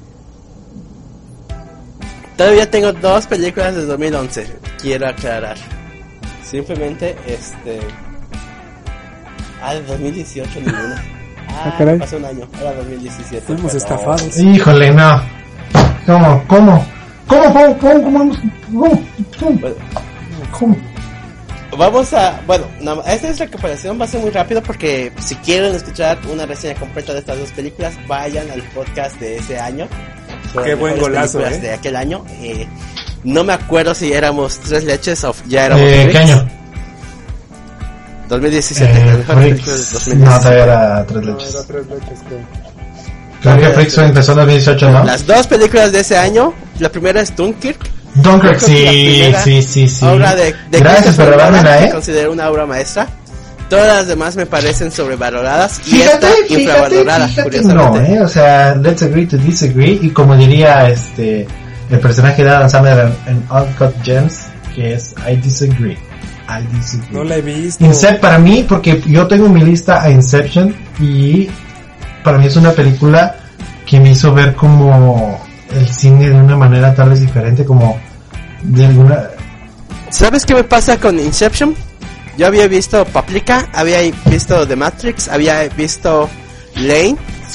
Todavía tengo dos películas de dos mil once. Quiero aclarar. Simplemente, este... Ah, de dos mil dieciocho ninguna. Ah, caray. pasó un año. Era dos mil diecisiete. Fuimos perdón. estafados. Híjole, no. ¿Cómo? ¿Cómo? ¿Cómo? ¿Cómo? ¿Cómo? ¿Cómo? ¿Cómo? ¿Cómo? Bueno, ¿Cómo? vamos a... Bueno, no, esta es la comparación, va a ser muy rápido porque si quieren escuchar una reseña completa de estas dos películas, vayan al podcast de ese año. Sobre Qué las buen mejores golazo, películas ¿eh? de aquel año. Eh, no me acuerdo si éramos Tres Leches o ya éramos Eh, Freaks. ¿Qué año? dos mil diecisiete. Eh, las mejores películas de Freaks. dos mil No, diecisiete. todavía era Tres No, Leches. era tres leches, creo. Creo que Freaks empezó en dos mil dieciocho, ¿no? Las dos películas de ese año, la primera es Dunkirk. Dunkirk, Yo creo que la sí, primera sí, sí, sí. Obra de, de Gracias por Christopher Nolan, robármela, que ¿eh? considero una obra maestra. Todas las demás me parecen sobrevaloradas y Fíjate, esta fíjate, infravalorada, fíjate, curiosamente. no, eh, o sea, let's agree to disagree, y como diría este, el personaje de Adam Sandler en, en Uncut Gems, que es I disagree, I disagree. No la he visto. Incept para mí, porque yo tengo mi lista a Inception, y para mí es una película que me hizo ver como el cine de una manera tal vez diferente, como de alguna... ¿Sabes qué me pasa con Inception? Yo había visto Paprika, había visto The Matrix, había visto Lane. Son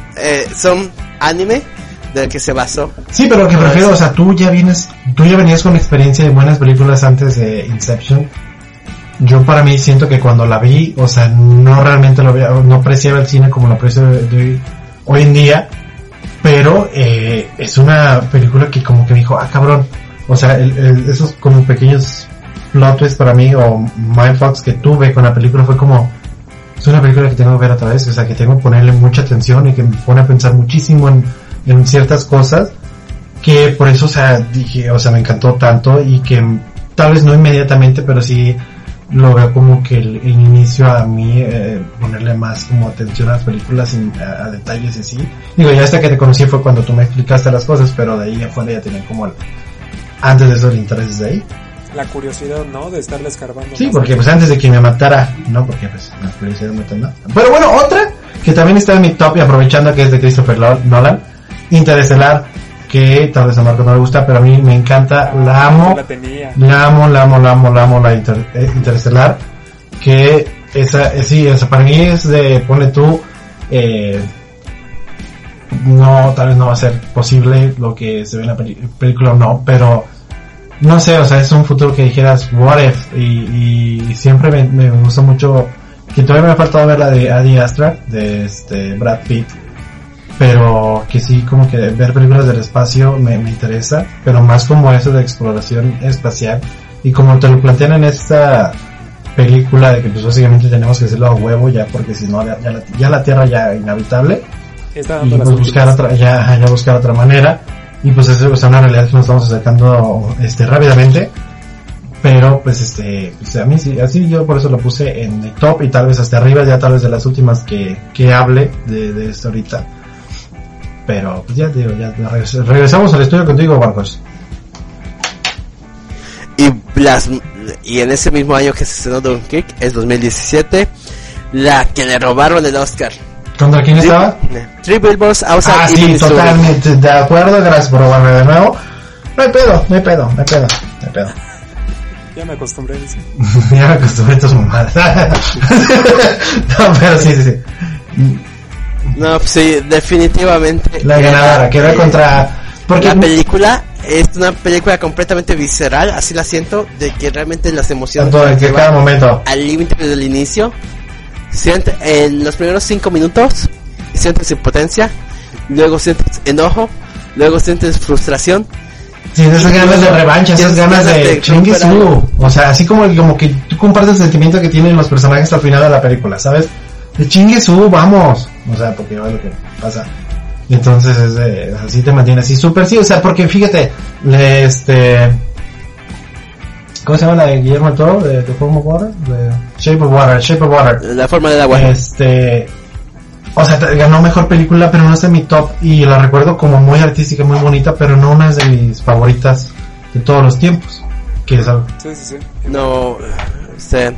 eh, son anime del que se basó. Sí, pero lo que prefiero, o sea, tú ya vienes, tú ya venías con experiencia de buenas películas antes de Inception. Yo para mí siento que cuando la vi, o sea, no realmente lo veía, no apreciaba el cine como lo aprecio de, de hoy en día, pero eh, es una película que como que me dijo, ah cabrón, o sea, el, el, esos como pequeños plot twists para mí o mindfucks que tuve con la película fue como, es una película que tengo que ver otra vez, o sea, que tengo que ponerle mucha atención y que me pone a pensar muchísimo en, en ciertas cosas, que por eso, o sea, dije, o sea, me encantó tanto y que tal vez no inmediatamente, pero sí lo veo como que el, el inicio a mí, eh, ponerle más como atención a las películas y a, a detalles y así. Digo, ya hasta que te conocí fue cuando tú me explicaste las cosas, pero de ahí afuera ya tenía como el, antes de eso el interés desde ahí. La curiosidad, ¿no? De estarle escarbando. Sí, porque pues antes de que me matara, no, porque pues la curiosidad me mata. Pero bueno, otra que también está en mi top y aprovechando que es de Christopher Nolan, Interestelar, que tal vez a Marco no le gusta, pero a mí me encanta, la amo, la, tenía. la amo, la amo, la amo, la amo, la inter, eh, Interestelar, que esa, eh, sí, esa para mí es de, ponle tú, eh, no, tal vez no va a ser posible lo que se ve en la peli- película o no, pero no sé, o sea, es un futuro que dijeras, what if, y, y siempre me, me gusta mucho, que todavía me ha faltado ver la de Ad Astra, de este Brad Pitt, pero que sí, como que ver películas del espacio me, me interesa, pero más como eso de exploración espacial, y como te lo plantean en esta película de que pues básicamente tenemos que hacerlo a huevo ya, porque si no, ya, ya, la, ya la Tierra ya inhabitable, y pues buscar otra, ya, ya buscar otra manera, y pues es, o sea, una realidad que nos estamos acercando este rápidamente, pero pues este, pues a mí sí, así yo por eso lo puse en el top y tal vez hasta arriba, ya tal vez de las últimas que, que hable de, de esto ahorita. Pero pues ya digo, ya regres- regresamos al estudio contigo, Marcos. Y las y en ese mismo año que se estrenó Dunkirk, es dos mil diecisiete, la que le robaron el Oscar. ¿Contra quién estaba? Three Billboards Outside Ah, Ebbing, sí, Missouri. totalmente de acuerdo, gracias por robarme de nuevo. No hay pedo, no hay pedo, no hay pedo, no hay pedo. Ya me acostumbré, dice. Ya me acostumbré a tus mamadas. No, pero sí, sí, sí. No, pues sí, definitivamente. La ganadora, que era contra... Porque la película es una película completamente visceral, así la siento, de que realmente las emociones en que cada momento al límite desde el inicio. Siente, en los primeros cinco minutos sientes impotencia, luego sientes enojo, luego sientes frustración. Sí, esas ganas de revancha, esas ganas de chingue su, o sea, así como, como que tú compartes el sentimiento que tienen los personajes al final de la película, ¿sabes? De chingue su, vamos, o sea, porque es lo que pasa. Y entonces es de, así te mantiene así súper, sí, o sea, porque fíjate, le, este, ¿cómo se llama la de Guillermo del Toro? De The Form of Water, de Shape of Water, Shape of Water. La forma del agua. Este, o sea, ganó mejor película, pero no es de mi top y la recuerdo como muy artística, muy bonita, pero no una de mis favoritas de todos los tiempos. Que es algo. Sí, sí, sí. No, este,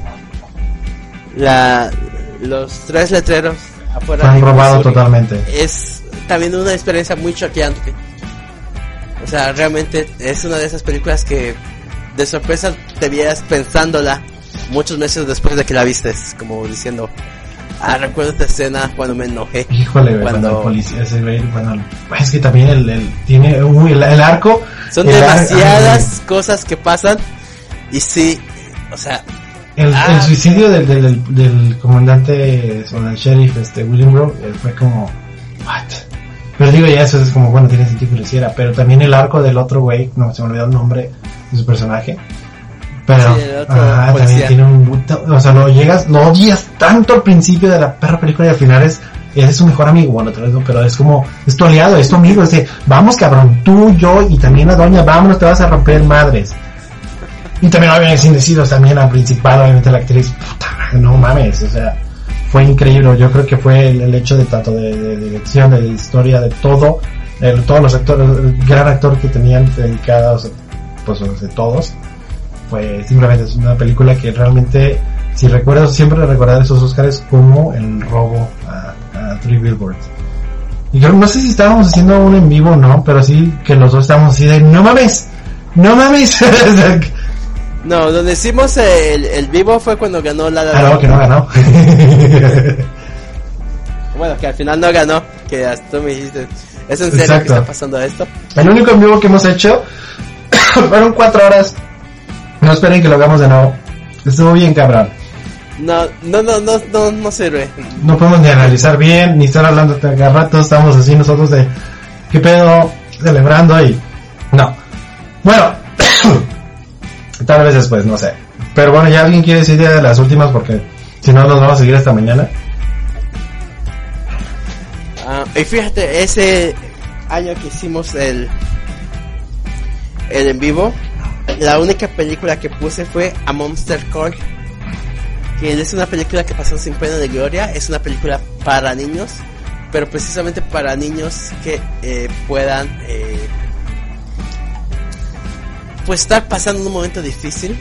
la, los tres letreros afuera. Han robado Missouri totalmente. Es también una experiencia muy choqueante. O sea, realmente es una de esas películas que de sorpresa te vienes pensándola muchos meses después de que la vistes, como diciendo, ah, recuerdo esta escena cuando me enojé. Híjole, cuando, cuando el policía se ve, bueno, es que también el, el tiene uy, el, el arco. Son el demasiadas ar- cosas que pasan y sí, o sea, el, ah, el suicidio del, del, del, del comandante o del sheriff, este William Rowe, fue como, what? Pero digo, ya eso es como, bueno, tiene sentido que lo hiciera, pero también el arco del otro güey, no se me olvidó el nombre de su personaje. Pero, sí, el otro ah, también tiene un, o sea, lo llegas, lo odias tanto al principio de la perra película y al final es, eres su mejor amigo, bueno, otra vez no, pero es como, es tu aliado, es tu amigo, es de, vamos cabrón, tú, yo y también la doña, vámonos, te vas a romper madres. Y también obviamente sin deciros, también la principal, obviamente la actriz, puta madre, no mames, o sea, fue increíble, yo creo que fue el, el hecho de tanto de, de, de dirección, de historia, de todo, de todos los actores, el gran actor que tenían dedicados, pues de todos, pues simplemente es una película que realmente, si recuerdo, siempre recordar esos Oscars como el robo a, a Three Billboards. Y yo no sé si estábamos haciendo un en vivo o no, pero sí que los dos estábamos así de, no mames, no mames. no, donde hicimos el, el vivo fue cuando ganó La La Ah, no, Land. que no ganó. bueno, que al final no ganó, que hasta tú me dijiste, ¿es en serio Exacto. que está pasando esto? El único en vivo que hemos hecho fueron cuatro horas. No esperen que lo hagamos de nuevo. Estuvo bien cabrón. No, no, no, no, no, no sirve. No podemos ni analizar bien, ni estar hablando cada rato. Estamos así nosotros de qué pedo, celebrando y no. Bueno, tal vez después, no sé. Pero bueno, ya alguien quiere decir de las últimas porque si no nos vamos a seguir hasta mañana. Ah, y fíjate, ese año que hicimos el, el en vivo, la única película que puse fue A Monster Call, que es una película que pasó sin pena de gloria. Es una película para niños, pero precisamente para niños que eh, puedan eh, pues estar pasando un momento difícil.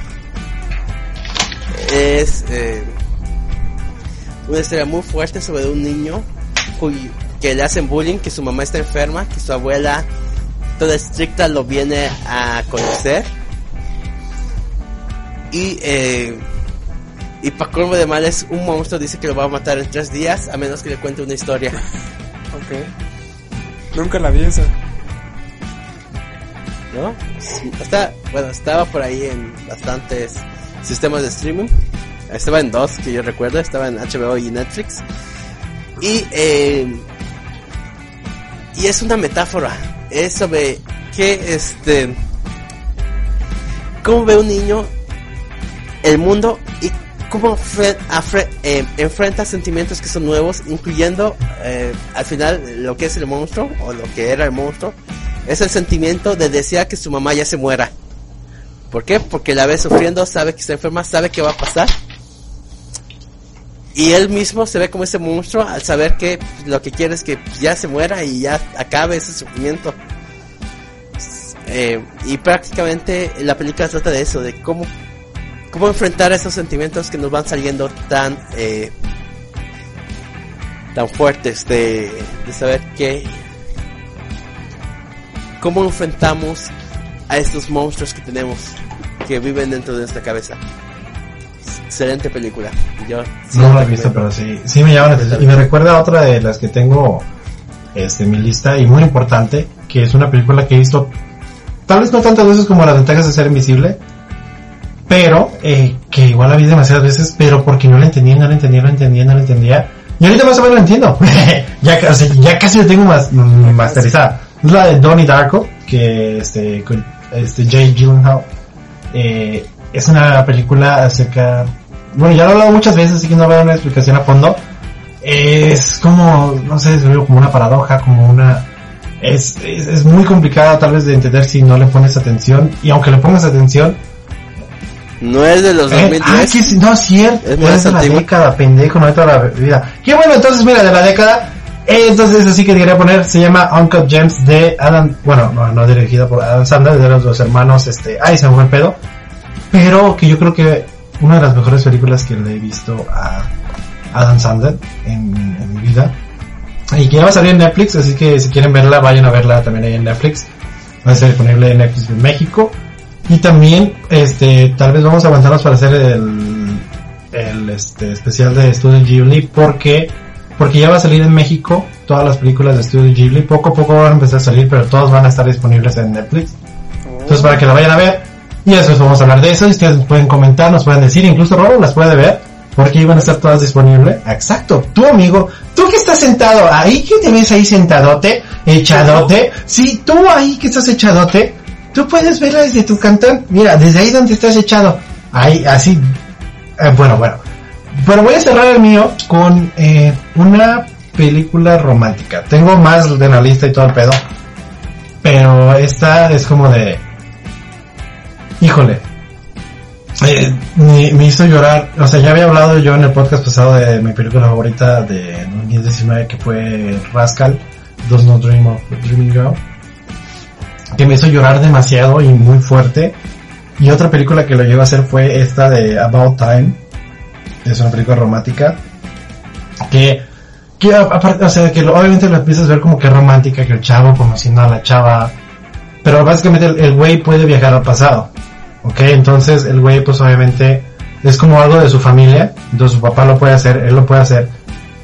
Es eh, una historia muy fuerte sobre un niño cuyo, que le hacen bullying, que su mamá está enferma, que su abuela toda estricta lo viene a conocer y eh, y para colmo de males un monstruo dice que lo va a matar en tres días a menos que le cuente una historia. Ok. Nunca la vi esa. ¿No? Está, bueno, estaba por ahí en bastantes sistemas de streaming. Estaba en dos, que yo recuerdo. Estaba en H B O y Netflix. Y eh, y es una metáfora. Es sobre que este cómo ve un niño el mundo y cómo fre- afre- eh, enfrenta sentimientos que son nuevos, incluyendo eh, al final lo que es el monstruo o lo que era el monstruo. Es el sentimiento de desear que su mamá ya se muera. ¿Por qué? Porque la ve sufriendo, sabe que está enferma, sabe que va a pasar. Y él mismo se ve como ese monstruo al saber que lo que quiere es que ya se muera y ya acabe ese sufrimiento. Eh, y prácticamente la película trata de eso, de cómo, cómo enfrentar esos sentimientos que nos van saliendo tan, eh, tan fuertes, de, de saber que cómo enfrentamos a estos monstruos que tenemos, que viven dentro de nuestra cabeza. Excelente película. Yo sí No la he recomiendo. visto, pero sí, sí me llama la atención. Y me recuerda a otra de las que tengo este, en mi lista, y muy importante, que es una película que he visto, tal vez no tantas veces como Las ventajas de ser invisible, pero eh, que igual la vi demasiadas veces, pero porque no la entendía, no la entendía, no la entendía, no la entendía. Y ahorita más o menos la entiendo. ya, o sea, ya casi la tengo más, mm, masterizada. Es la de Donnie Darko, que este, con este Jake Gyllenhaal. Eh, es una película acerca, bueno, ya lo he hablado muchas veces, así que no voy a dar una explicación a fondo. Es como, no sé, es como una paradoja, como una, es, es, es muy complicado tal vez de entender si no le pones atención, y aunque le pongas atención, No es de los eh, dos mil ah, diez. que sí, no es cierto, Es es, más de la antigua. década, pendejo, no de toda la vida. Qué bueno, entonces mira, de la década, eh, entonces así que quería poner, se llama Uncut Gems de Adam, bueno, no, no dirigida por Adam Sandler, de los dos hermanos, este, ay, se me fue el pedo, pero que yo creo que una de las mejores películas que le he visto a Adam Sandler en, en mi vida, y que ya va a salir en Netflix, así que si quieren verla, vayan a verla también ahí en Netflix. Va a estar disponible en Netflix en México. Y también, este, tal vez vamos a avanzarnos para hacer el, el, este, especial de Studio Ghibli, porque, porque ya va a salir en México todas las películas de Studio Ghibli. Poco a poco van a empezar a salir, pero todas van a estar disponibles en Netflix. Entonces, para que la vayan a ver. Y eso, vamos a hablar de eso. Y ustedes pueden comentar, nos pueden decir, incluso Robo las puede ver, porque iban a estar todas disponibles. Exacto. Tu amigo, tú que estás sentado ahí, que te ves ahí sentadote, echadote. Sí, tú ahí que estás echadote. Tú puedes verla desde tu cantón. Mira, desde ahí donde estás echado. Ahí, así. Eh, bueno, bueno. Pero voy a cerrar el mío con eh, una película romántica. Tengo más de la lista y todo el pedo. Pero esta es como de... Híjole. Eh, me, me hizo llorar. O sea, ya había hablado yo en el podcast pasado de mi película favorita de dos mil diecinueve, que fue Rascal, Does Not Dream of Dreaming Girl, que me hizo llorar demasiado y muy fuerte. Y otra película que lo llevó a hacer fue esta de About Time. Es una película romántica que, que aparte, o sea, que lo, obviamente lo empiezas a ver como que romántica, que el chavo conociendo a la chava, pero básicamente el, el güey puede viajar al pasado, ¿ok? Entonces el güey pues obviamente es como algo de su familia, entonces su papá lo puede hacer, él lo puede hacer,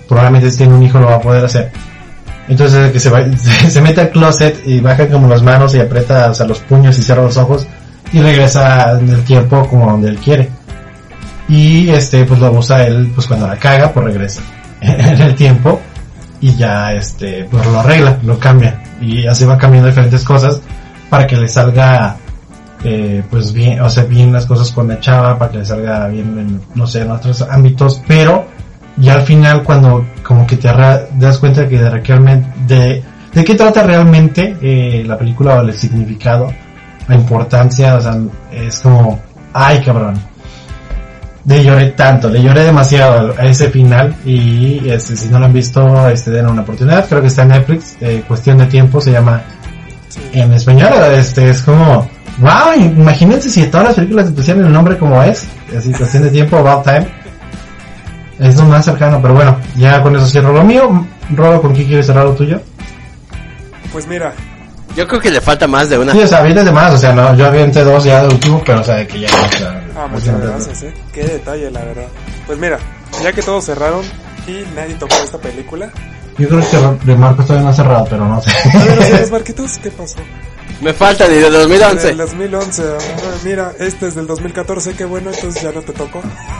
probablemente si tiene un hijo lo va a poder hacer. Entonces que se, va, se mete al closet y baja como las manos y aprieta, o sea, los puños y cierra los ojos y regresa en el tiempo como donde él quiere. Y este pues lo usa él, pues cuando la caga pues regresa en el tiempo y ya este pues lo arregla, lo cambia y así va cambiando diferentes cosas para que le salga eh, pues bien, o sea, bien las cosas con la chava, para que le salga bien en, no sé, en otros ámbitos, pero ya al final cuando como que te arra- das cuenta de que de realmente de, de qué trata realmente eh, la película o el significado, la importancia, o sea, es como, ay cabrón, le lloré tanto, le lloré demasiado a ese final y este si no lo han visto, este den una oportunidad, creo que está en Netflix, eh, Cuestión de Tiempo se llama en español, este es como, wow, imagínense si todas las películas pusieran el nombre como es, así Cuestión de Tiempo, About Time. Es lo más cercano, pero bueno, ya con eso cierro lo mío. Robo, ¿con qué quieres cerrar lo tuyo? Pues mira, Yo creo que le falta más de una. Sí, o sea, avientes de más, o sea, no, yo avienté dos ya de último, pero o sea, de que ya... O sea, ah, muchas gracias, eh. Qué detalle, la verdad. Pues mira, ya que todos cerraron y nadie tocó esta película. Yo creo que de Marcos todavía no ha cerrado, pero no sé. A ver, ¿los Marquitos? ¿Qué pasó? Me falta de dos mil once. Del dos mil once, ah, mira, este es del dos mil catorce, qué bueno, entonces ya no te tocó.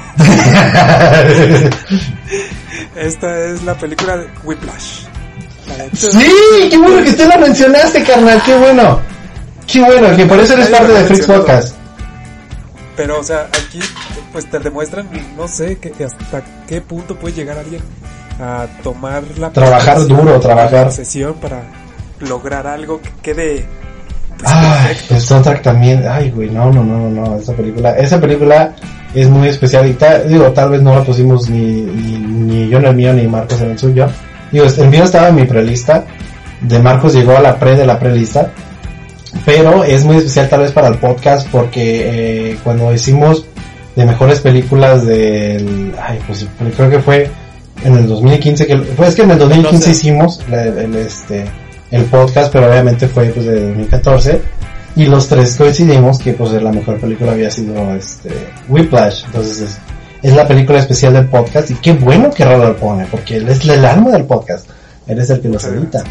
Esta es la película de Whiplash. Sí, qué bueno que tú la mencionaste, carnal, qué bueno. Qué bueno, que por eso eres parte de Freaks Podcast. Pero, o sea, aquí pues te demuestran, no sé, que hasta qué punto puede llegar alguien a tomar la... Trabajar duro, trabajar. Sesión para lograr algo que quede... Pues, ay, pues otra también, ay güey, no, no, no, no, esa película, esa película es muy especial y ta, digo, tal vez no la pusimos ni, ni, ni yo en el mío ni Marcos en el suyo, digo, el mío estaba en mi prelista, de Marcos llegó a la pre de la prelista, pero es muy especial tal vez para el podcast porque eh, cuando hicimos de mejores películas del, ay pues creo que fue en el dos mil quince, que pues que en el dos mil quince hicimos el, el este el podcast, pero obviamente fue pues de dos mil catorce y los tres coincidimos que pues la mejor película había sido este Whiplash, entonces es, es la película especial del podcast y qué bueno que Rolo lo pone porque él es el alma del podcast, él es el que los edita.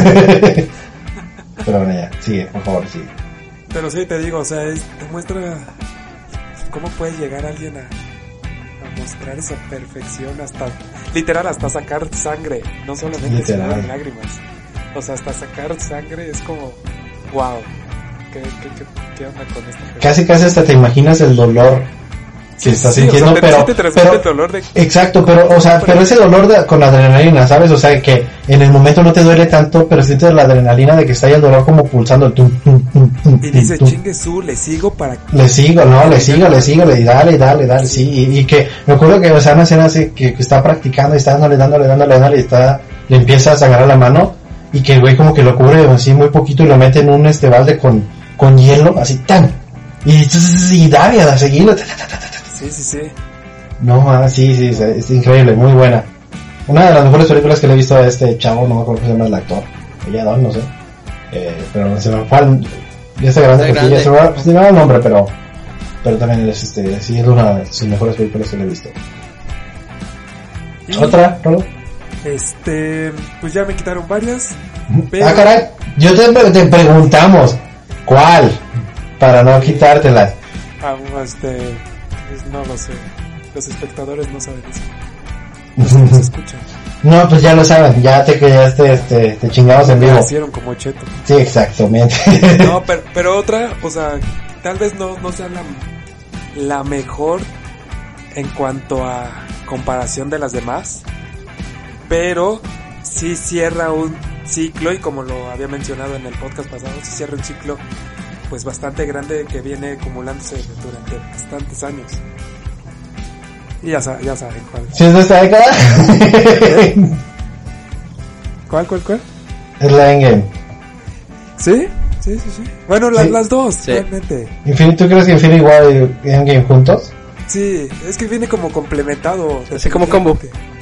Pero bueno, ya, sigue, por favor, sigue. Pero sí, te digo, o sea, es, te muestra cómo puede llegar alguien a, a mostrar esa perfección hasta, literal, hasta sacar sangre, no solamente sino lágrimas. O sea, hasta sacar sangre es como, wow, ¿qué, qué, qué, qué onda con esta película? Casi, casi hasta te imaginas el dolor que sí, estás sí, sintiendo, o sea, pero, te, te pero el dolor de... exacto, pero, o sea, pero ese dolor de, con adrenalina, ¿sabes? O sea, que en el momento no te duele tanto, pero sientes la adrenalina de que está ahí el dolor como pulsando el tum, tum, tum, tum, y dice, tum. chingue su, le sigo para... Le sigo, no, le sigo, le sigo, le dale, dale, dale, sí, y, y que, me acuerdo que, o sea, una escena así, que, que está practicando y está dándole, dándole, dándole, dándole, y está, le empiezas a agarrar la mano, y que el güey como que lo cubre así muy poquito y lo mete en un este balde con, con hielo, así tan, y, y dale a seguirlo. Sí, sí, sí. No, ah, sí, sí, es, es increíble, muy buena. Una de las mejores películas que le he visto a este chavo, no me acuerdo cómo se llama el actor, ya don, no sé, eh, pero se me fue al, ya está grande, porque ya se me va, pues, no el nombre, pero, pero también es este, sí, es una de sus mejores películas que le he visto. Y, ¿Otra, Rolo? Este, pues ya me quitaron varias, pero... Ah, caray, yo te, te preguntamos, ¿cuál? Para no quitártelas. Ah, este, pues no lo sé. Los espectadores no saben eso. Los que nos escuchan. No, pues ya lo saben, ya te quedaste, este, te chingamos en vivo. Me hicieron como cheto. Sí, exactamente. No, pero, pero otra, o sea, tal vez no, no sea la, la mejor en cuanto a comparación de las demás, pero sí cierra un ciclo, y como lo había mencionado en el podcast pasado, sí cierra un ciclo pues bastante grande que viene acumulándose durante bastantes años. Y ya, ya saben cuál. ¿Sí es de esta década? ¿Cuál, cuál, cuál? Es la Endgame. ¿Sí? Sí, sí, sí. Bueno, las, sí. las dos, sí. realmente. Infinity, ¿tú crees que Infinity War y Endgame juntos? Sí, es que viene como complementado. Así como combo.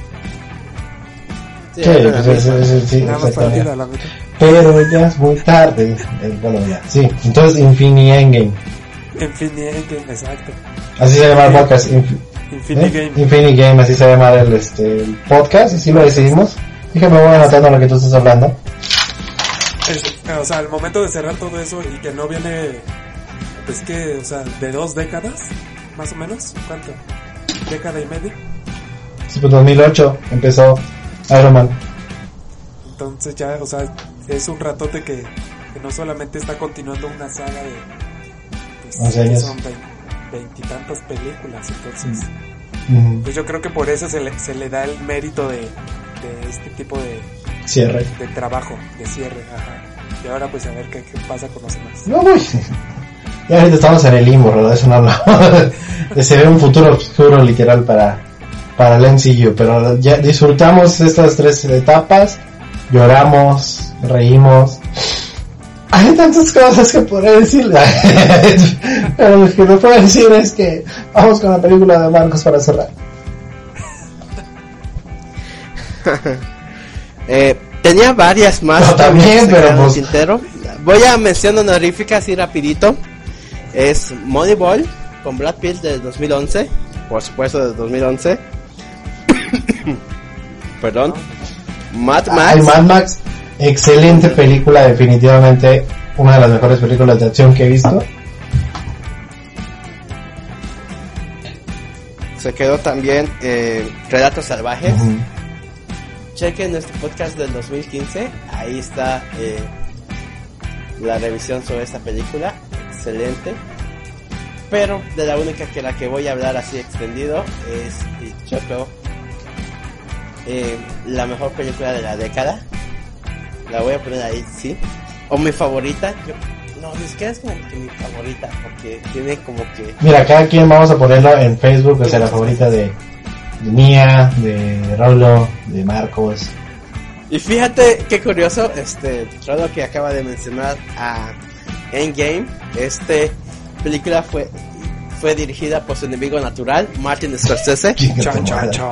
Sí, sí, pues, sí, sí, sí, Nada más para ir a la meta. Pero ya es muy tarde. Eh, bueno, ya. Sí, entonces Infinity Endgame. Infinity Endgame, exacto. Así se llama el podcast. Inf- Infinity ¿Eh? Game. Infinity Game, así se llama el, este, el podcast, así lo decidimos. Déjame voy anotando lo que tú estás hablando. Es, o sea, al momento de cerrar todo eso y que no viene, pues que, o sea, de dos décadas, más o menos, ¿cuánto? ¿Década y media? Sí, pues dos mil ocho empezó Iron Man. Entonces ya, o sea, es un ratote que, que no solamente está continuando una saga de, pues, once años. Son veintitantas películas, entonces, Uh-huh. pues yo creo que por eso se le, se le da el mérito de, de este tipo de, Cierre. de trabajo, de cierre, ajá. Y ahora pues a ver qué, qué pasa con los demás. No, uy. Ya ahorita estamos en el limbo, ¿verdad? Eso no hablamos. Se ve un futuro oscuro literal para, para el M C U, pero ya disfrutamos estas tres etapas, lloramos, reímos. Hay tantas cosas que podría decir, pero lo que no puedo decir es que vamos con la película de Marcos para cerrar. eh, tenía varias más. No, también, pero pues... Tintero. Voy a mencionar honorífica así rapidito. Es Moneyball con Brad Pitt del dos mil once, por supuesto del dos mil once. Perdón. Mad Max. Ay, Mad Max, excelente película, definitivamente una de las mejores películas de acción que he visto. Se quedó también eh, Relatos Salvajes. Uh-huh. Chequen nuestro podcast del dos mil quince, ahí está eh, la revisión sobre esta película, excelente. Pero de la única que la que voy a hablar así extendido es, yo creo, eh, la mejor película de la década. La voy a poner ahí, sí. O mi favorita. Yo, no, ni siquiera es como que mi favorita, porque tiene como que... Mira, cada quien vamos a ponerlo en Facebook, o sea, la favorita de, de Mía, de Rolo, de Marcos. Y fíjate qué curioso, este, Rolo que acaba de mencionar a Endgame, este película fue fue dirigida por su enemigo natural, Martin Scorsese. Cha, cha, cha.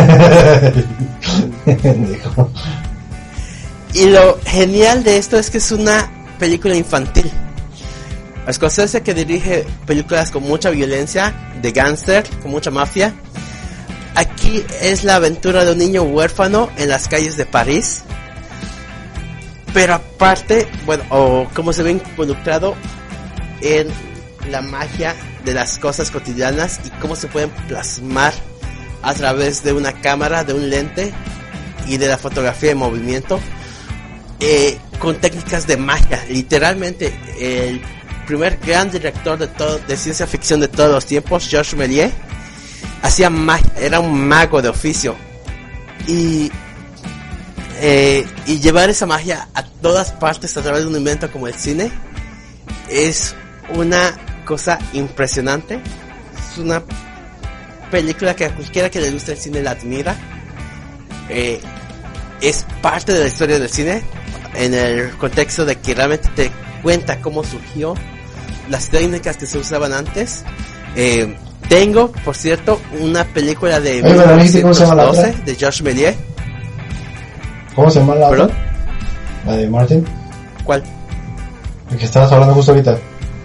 Y lo genial de esto es que es una película infantil. Scorsese, que dirige películas con mucha violencia, de gángster, con mucha mafia. Aquí es la aventura de un niño huérfano en las calles de París. Pero aparte, bueno, o cómo se ve involucrado en la magia de las cosas cotidianas y cómo se pueden plasmar a través de una cámara, de un lente y de la fotografía en movimiento, eh, con técnicas de magia. Literalmente, el primer gran director de todo, de ciencia ficción de todos los tiempos, Georges Méliès, hacía magia, era un mago de oficio. Y eh, y llevar esa magia a todas partes a través de un invento como el cine es una cosa impresionante. Es una película que a cualquiera que le guste el cine la admira. Eh, es parte de la historia del cine en el contexto de que realmente te cuenta cómo surgió, las técnicas que se usaban antes. Eh, tengo, por cierto, una película de mil novecientos doce de Georges Méliès. ¿Cómo se llama la ¿Perdón? otra? ¿La de Martin? ¿Cuál? El que estabas hablando justo ahorita.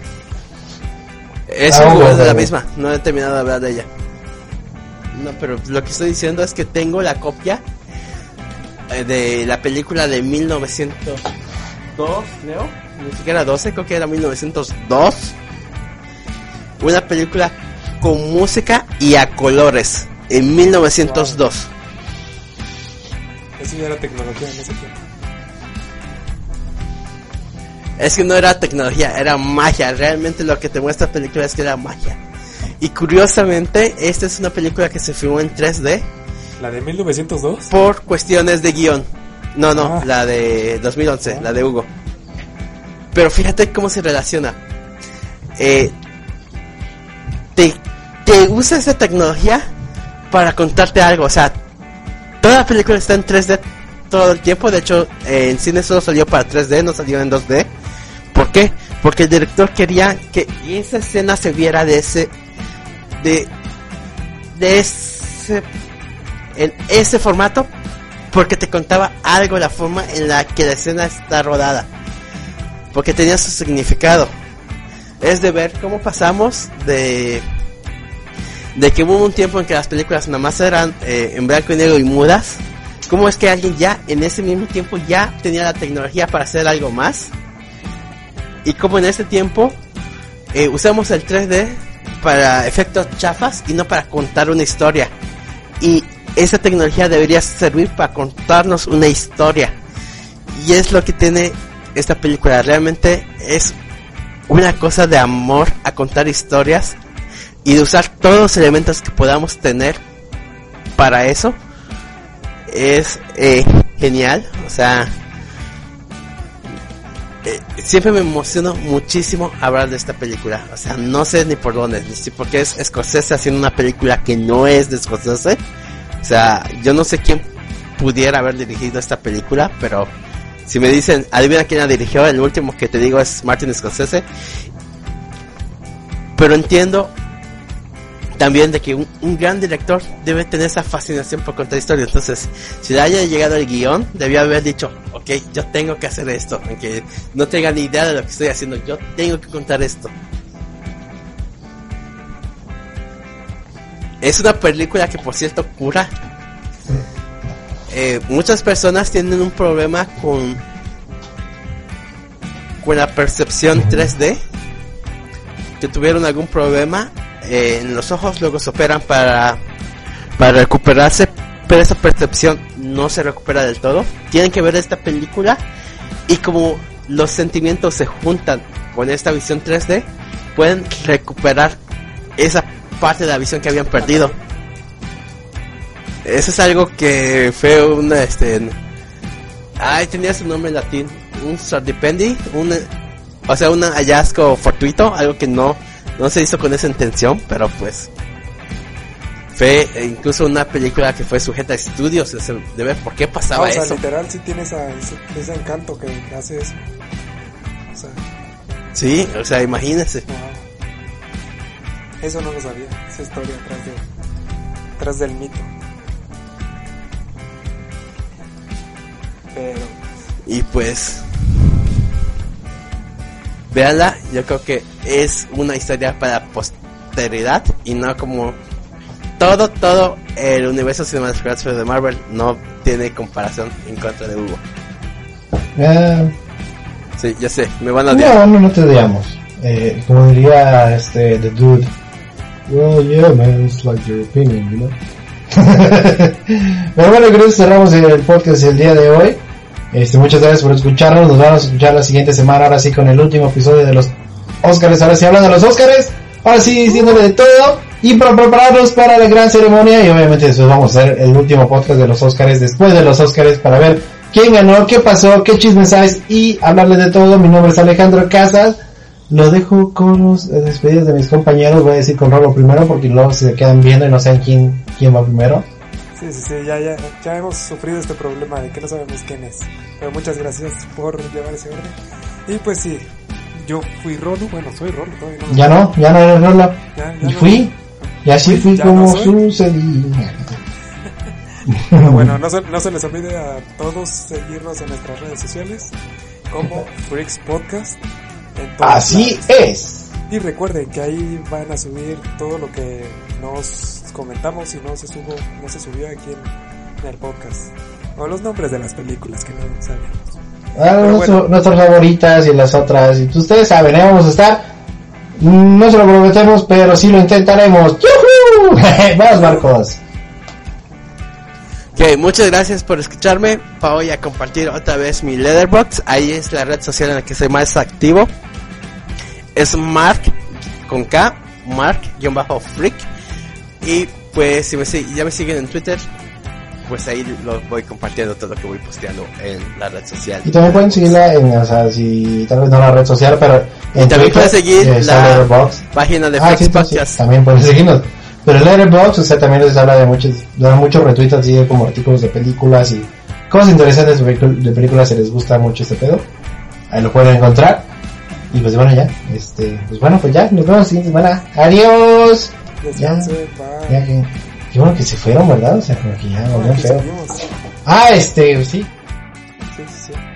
Es, ah, un, bueno, es de la bueno. misma, no he terminado de hablar de ella. No, pero lo que estoy diciendo es que tengo la copia eh, de la película de mil novecientos dos, creo, ni siquiera doce, creo que era mil novecientos dos. Una película con música y a colores en mil novecientos dos. Wow. Eso ya era tecnología en ese tiempo. Es que no era tecnología, era magia. Realmente lo que te muestra la película es que era magia. Y curiosamente, esta es una película que se filmó en tres D. ¿La de mil novecientos dos? Por cuestiones de guión. No, no, Ah. la de dos mil once, Ah. la de Hugo. Pero fíjate cómo se relaciona. Eh, te, te usa esa tecnología para contarte algo. O sea, toda la película está en tres D todo el tiempo. De hecho, eh, en cine solo salió para tres D, no salió en dos D. ¿Por qué? Porque el director quería que esa escena se viera de ese, de, de ese, en ese formato, porque te contaba algo, la forma en la que la escena está rodada, porque tenía su significado. Es de ver cómo pasamos de de que hubo un tiempo en que las películas nada más eran eh, en blanco y negro y mudas. ¿Cómo es que alguien ya en ese mismo tiempo ya tenía la tecnología para hacer algo más? Y como en ese tiempo eh, usamos el tres D para efectos chafas y no para contar una historia. Y esa tecnología debería servir para contarnos una historia. Y es lo que tiene esta película. Realmente es una cosa de amor a contar historias y de usar todos los elementos que podamos tener para eso. Es eh, genial. O sea, eh, siempre me emociono muchísimo hablar de esta película. O sea, no sé ni por dónde, ni si porque es Scorsese haciendo una película que no es de Scorsese. O sea, yo no sé quién pudiera haber dirigido esta película, pero si me dicen, adivina quién la dirigió, el último que te digo es Martin Scorsese. Pero entiendo también de que un, un gran director debe tener esa fascinación por contar historias. Entonces, si le haya llegado el guión, debió haber dicho, ok, yo tengo que hacer esto, aunque no tenga ni idea de lo que estoy haciendo, yo tengo que contar esto. Es una película que, por cierto, cura. Eh, muchas personas tienen un problema con con la percepción tres D, que tuvieron algún problema eh, en los ojos, luego se operan para para recuperarse, pero esa percepción no se recupera del todo. Tienen que ver esta película y como los sentimientos se juntan con esta visión tres D, pueden recuperar esa parte de la visión que habían perdido. Eso es algo que fue una, este, ay, tenía su nombre en latín, un serendipity, un, o sea, un hallazgo fortuito, algo que no, no se hizo con esa intención, pero pues, fue incluso una película que fue sujeta a estudios de ver por qué pasaba no, o sea, eso. Literal sí tiene esa, ese, ese encanto que, que hace eso. O sea, sí, o sea, imagínense. Wow. Eso no lo sabía, esa historia atrás de, atrás del mito. Pero y pues véanla, yo creo que es una historia para la posteridad y no como todo, todo el universo cinematográfico de Marvel no tiene comparación en contra de Hugo. Eh, Sí, ya sé, me van a odiar. no, no, no te odiamos. Eh, como diría este The Dude, well, yeah, man, it's like your opinion, you know. Pero bueno, creo que cerramos el podcast el día de hoy. Este, muchas gracias por escucharnos. Nos vamos a escuchar la siguiente semana, ahora sí con el último episodio de los Óscares. Ahora sí hablando de los Óscares, ahora sí diciéndole de todo y para prepararnos para la gran ceremonia. Y obviamente después vamos a hacer el último podcast de los Óscares después de los Óscares para ver quién ganó, qué pasó, qué chismes hay y hablarles de todo. Mi nombre es Alejandro Casas. Lo dejo con los despedidos de mis compañeros. Voy a decir con Rolo primero porque luego se quedan viendo y no saben quién, quién va primero. sí, sí, sí, ya, ya, ya hemos sufrido este problema de que no sabemos quién es. Pero muchas gracias por llevar ese orden. Y pues sí, yo fui Rolo, bueno, soy Rolo todavía. No Ya no, ya no eres Rolo. Ya, ya y no. fui, y así fui Ya como no soy. sucedía. Pero bueno, no se, no se les olvide a todos seguirnos en nuestras redes sociales como Freaks Podcast. En todas Así las- es. Y recuerden que ahí van a subir todo lo que nos comentamos y no se subo, no se subió aquí en, en el podcast. O los nombres de las películas que no sabíamos. Ah, Pero nuestro- bueno. nuestras favoritas y las otras. Y ustedes saben, ¿eh? Vamos a estar. No se lo prometemos, pero sí lo intentaremos. ¡Yujú! Vamos, Marcos. Ok, muchas gracias por escucharme. Voy a compartir otra vez mi Letterboxd. Ahí es la red social en la que soy más activo. Es Mark con K, Mark-Freak. Y pues si me sig- ya me siguen en Twitter, pues ahí lo voy compartiendo todo lo que voy posteando en la red social. Y también pueden seguirla en, o sea, si tal vez no en la red social, pero en Y también Twitter, pueden seguir eh, está la Letterboxd. página de Ah, Freaks sí, sí, sí, Podcast. también pueden seguirnos. Pero el Letterboxd, o sea, también les habla de muchos, de muchos retweets así de como artículos de películas y cosas interesantes de, pelicu- de películas si les gusta mucho este pedo. Ahí lo pueden encontrar. Y pues bueno, ya, este, pues bueno, pues ya, nos vemos la siguiente semana. Adiós. Descansen, bye. Ya, que, qué bueno que se fueron, ¿verdad? O sea, como que ya No, volvieron aquí feo. seguimos. Ah, este, sí. Sí, sí, sí.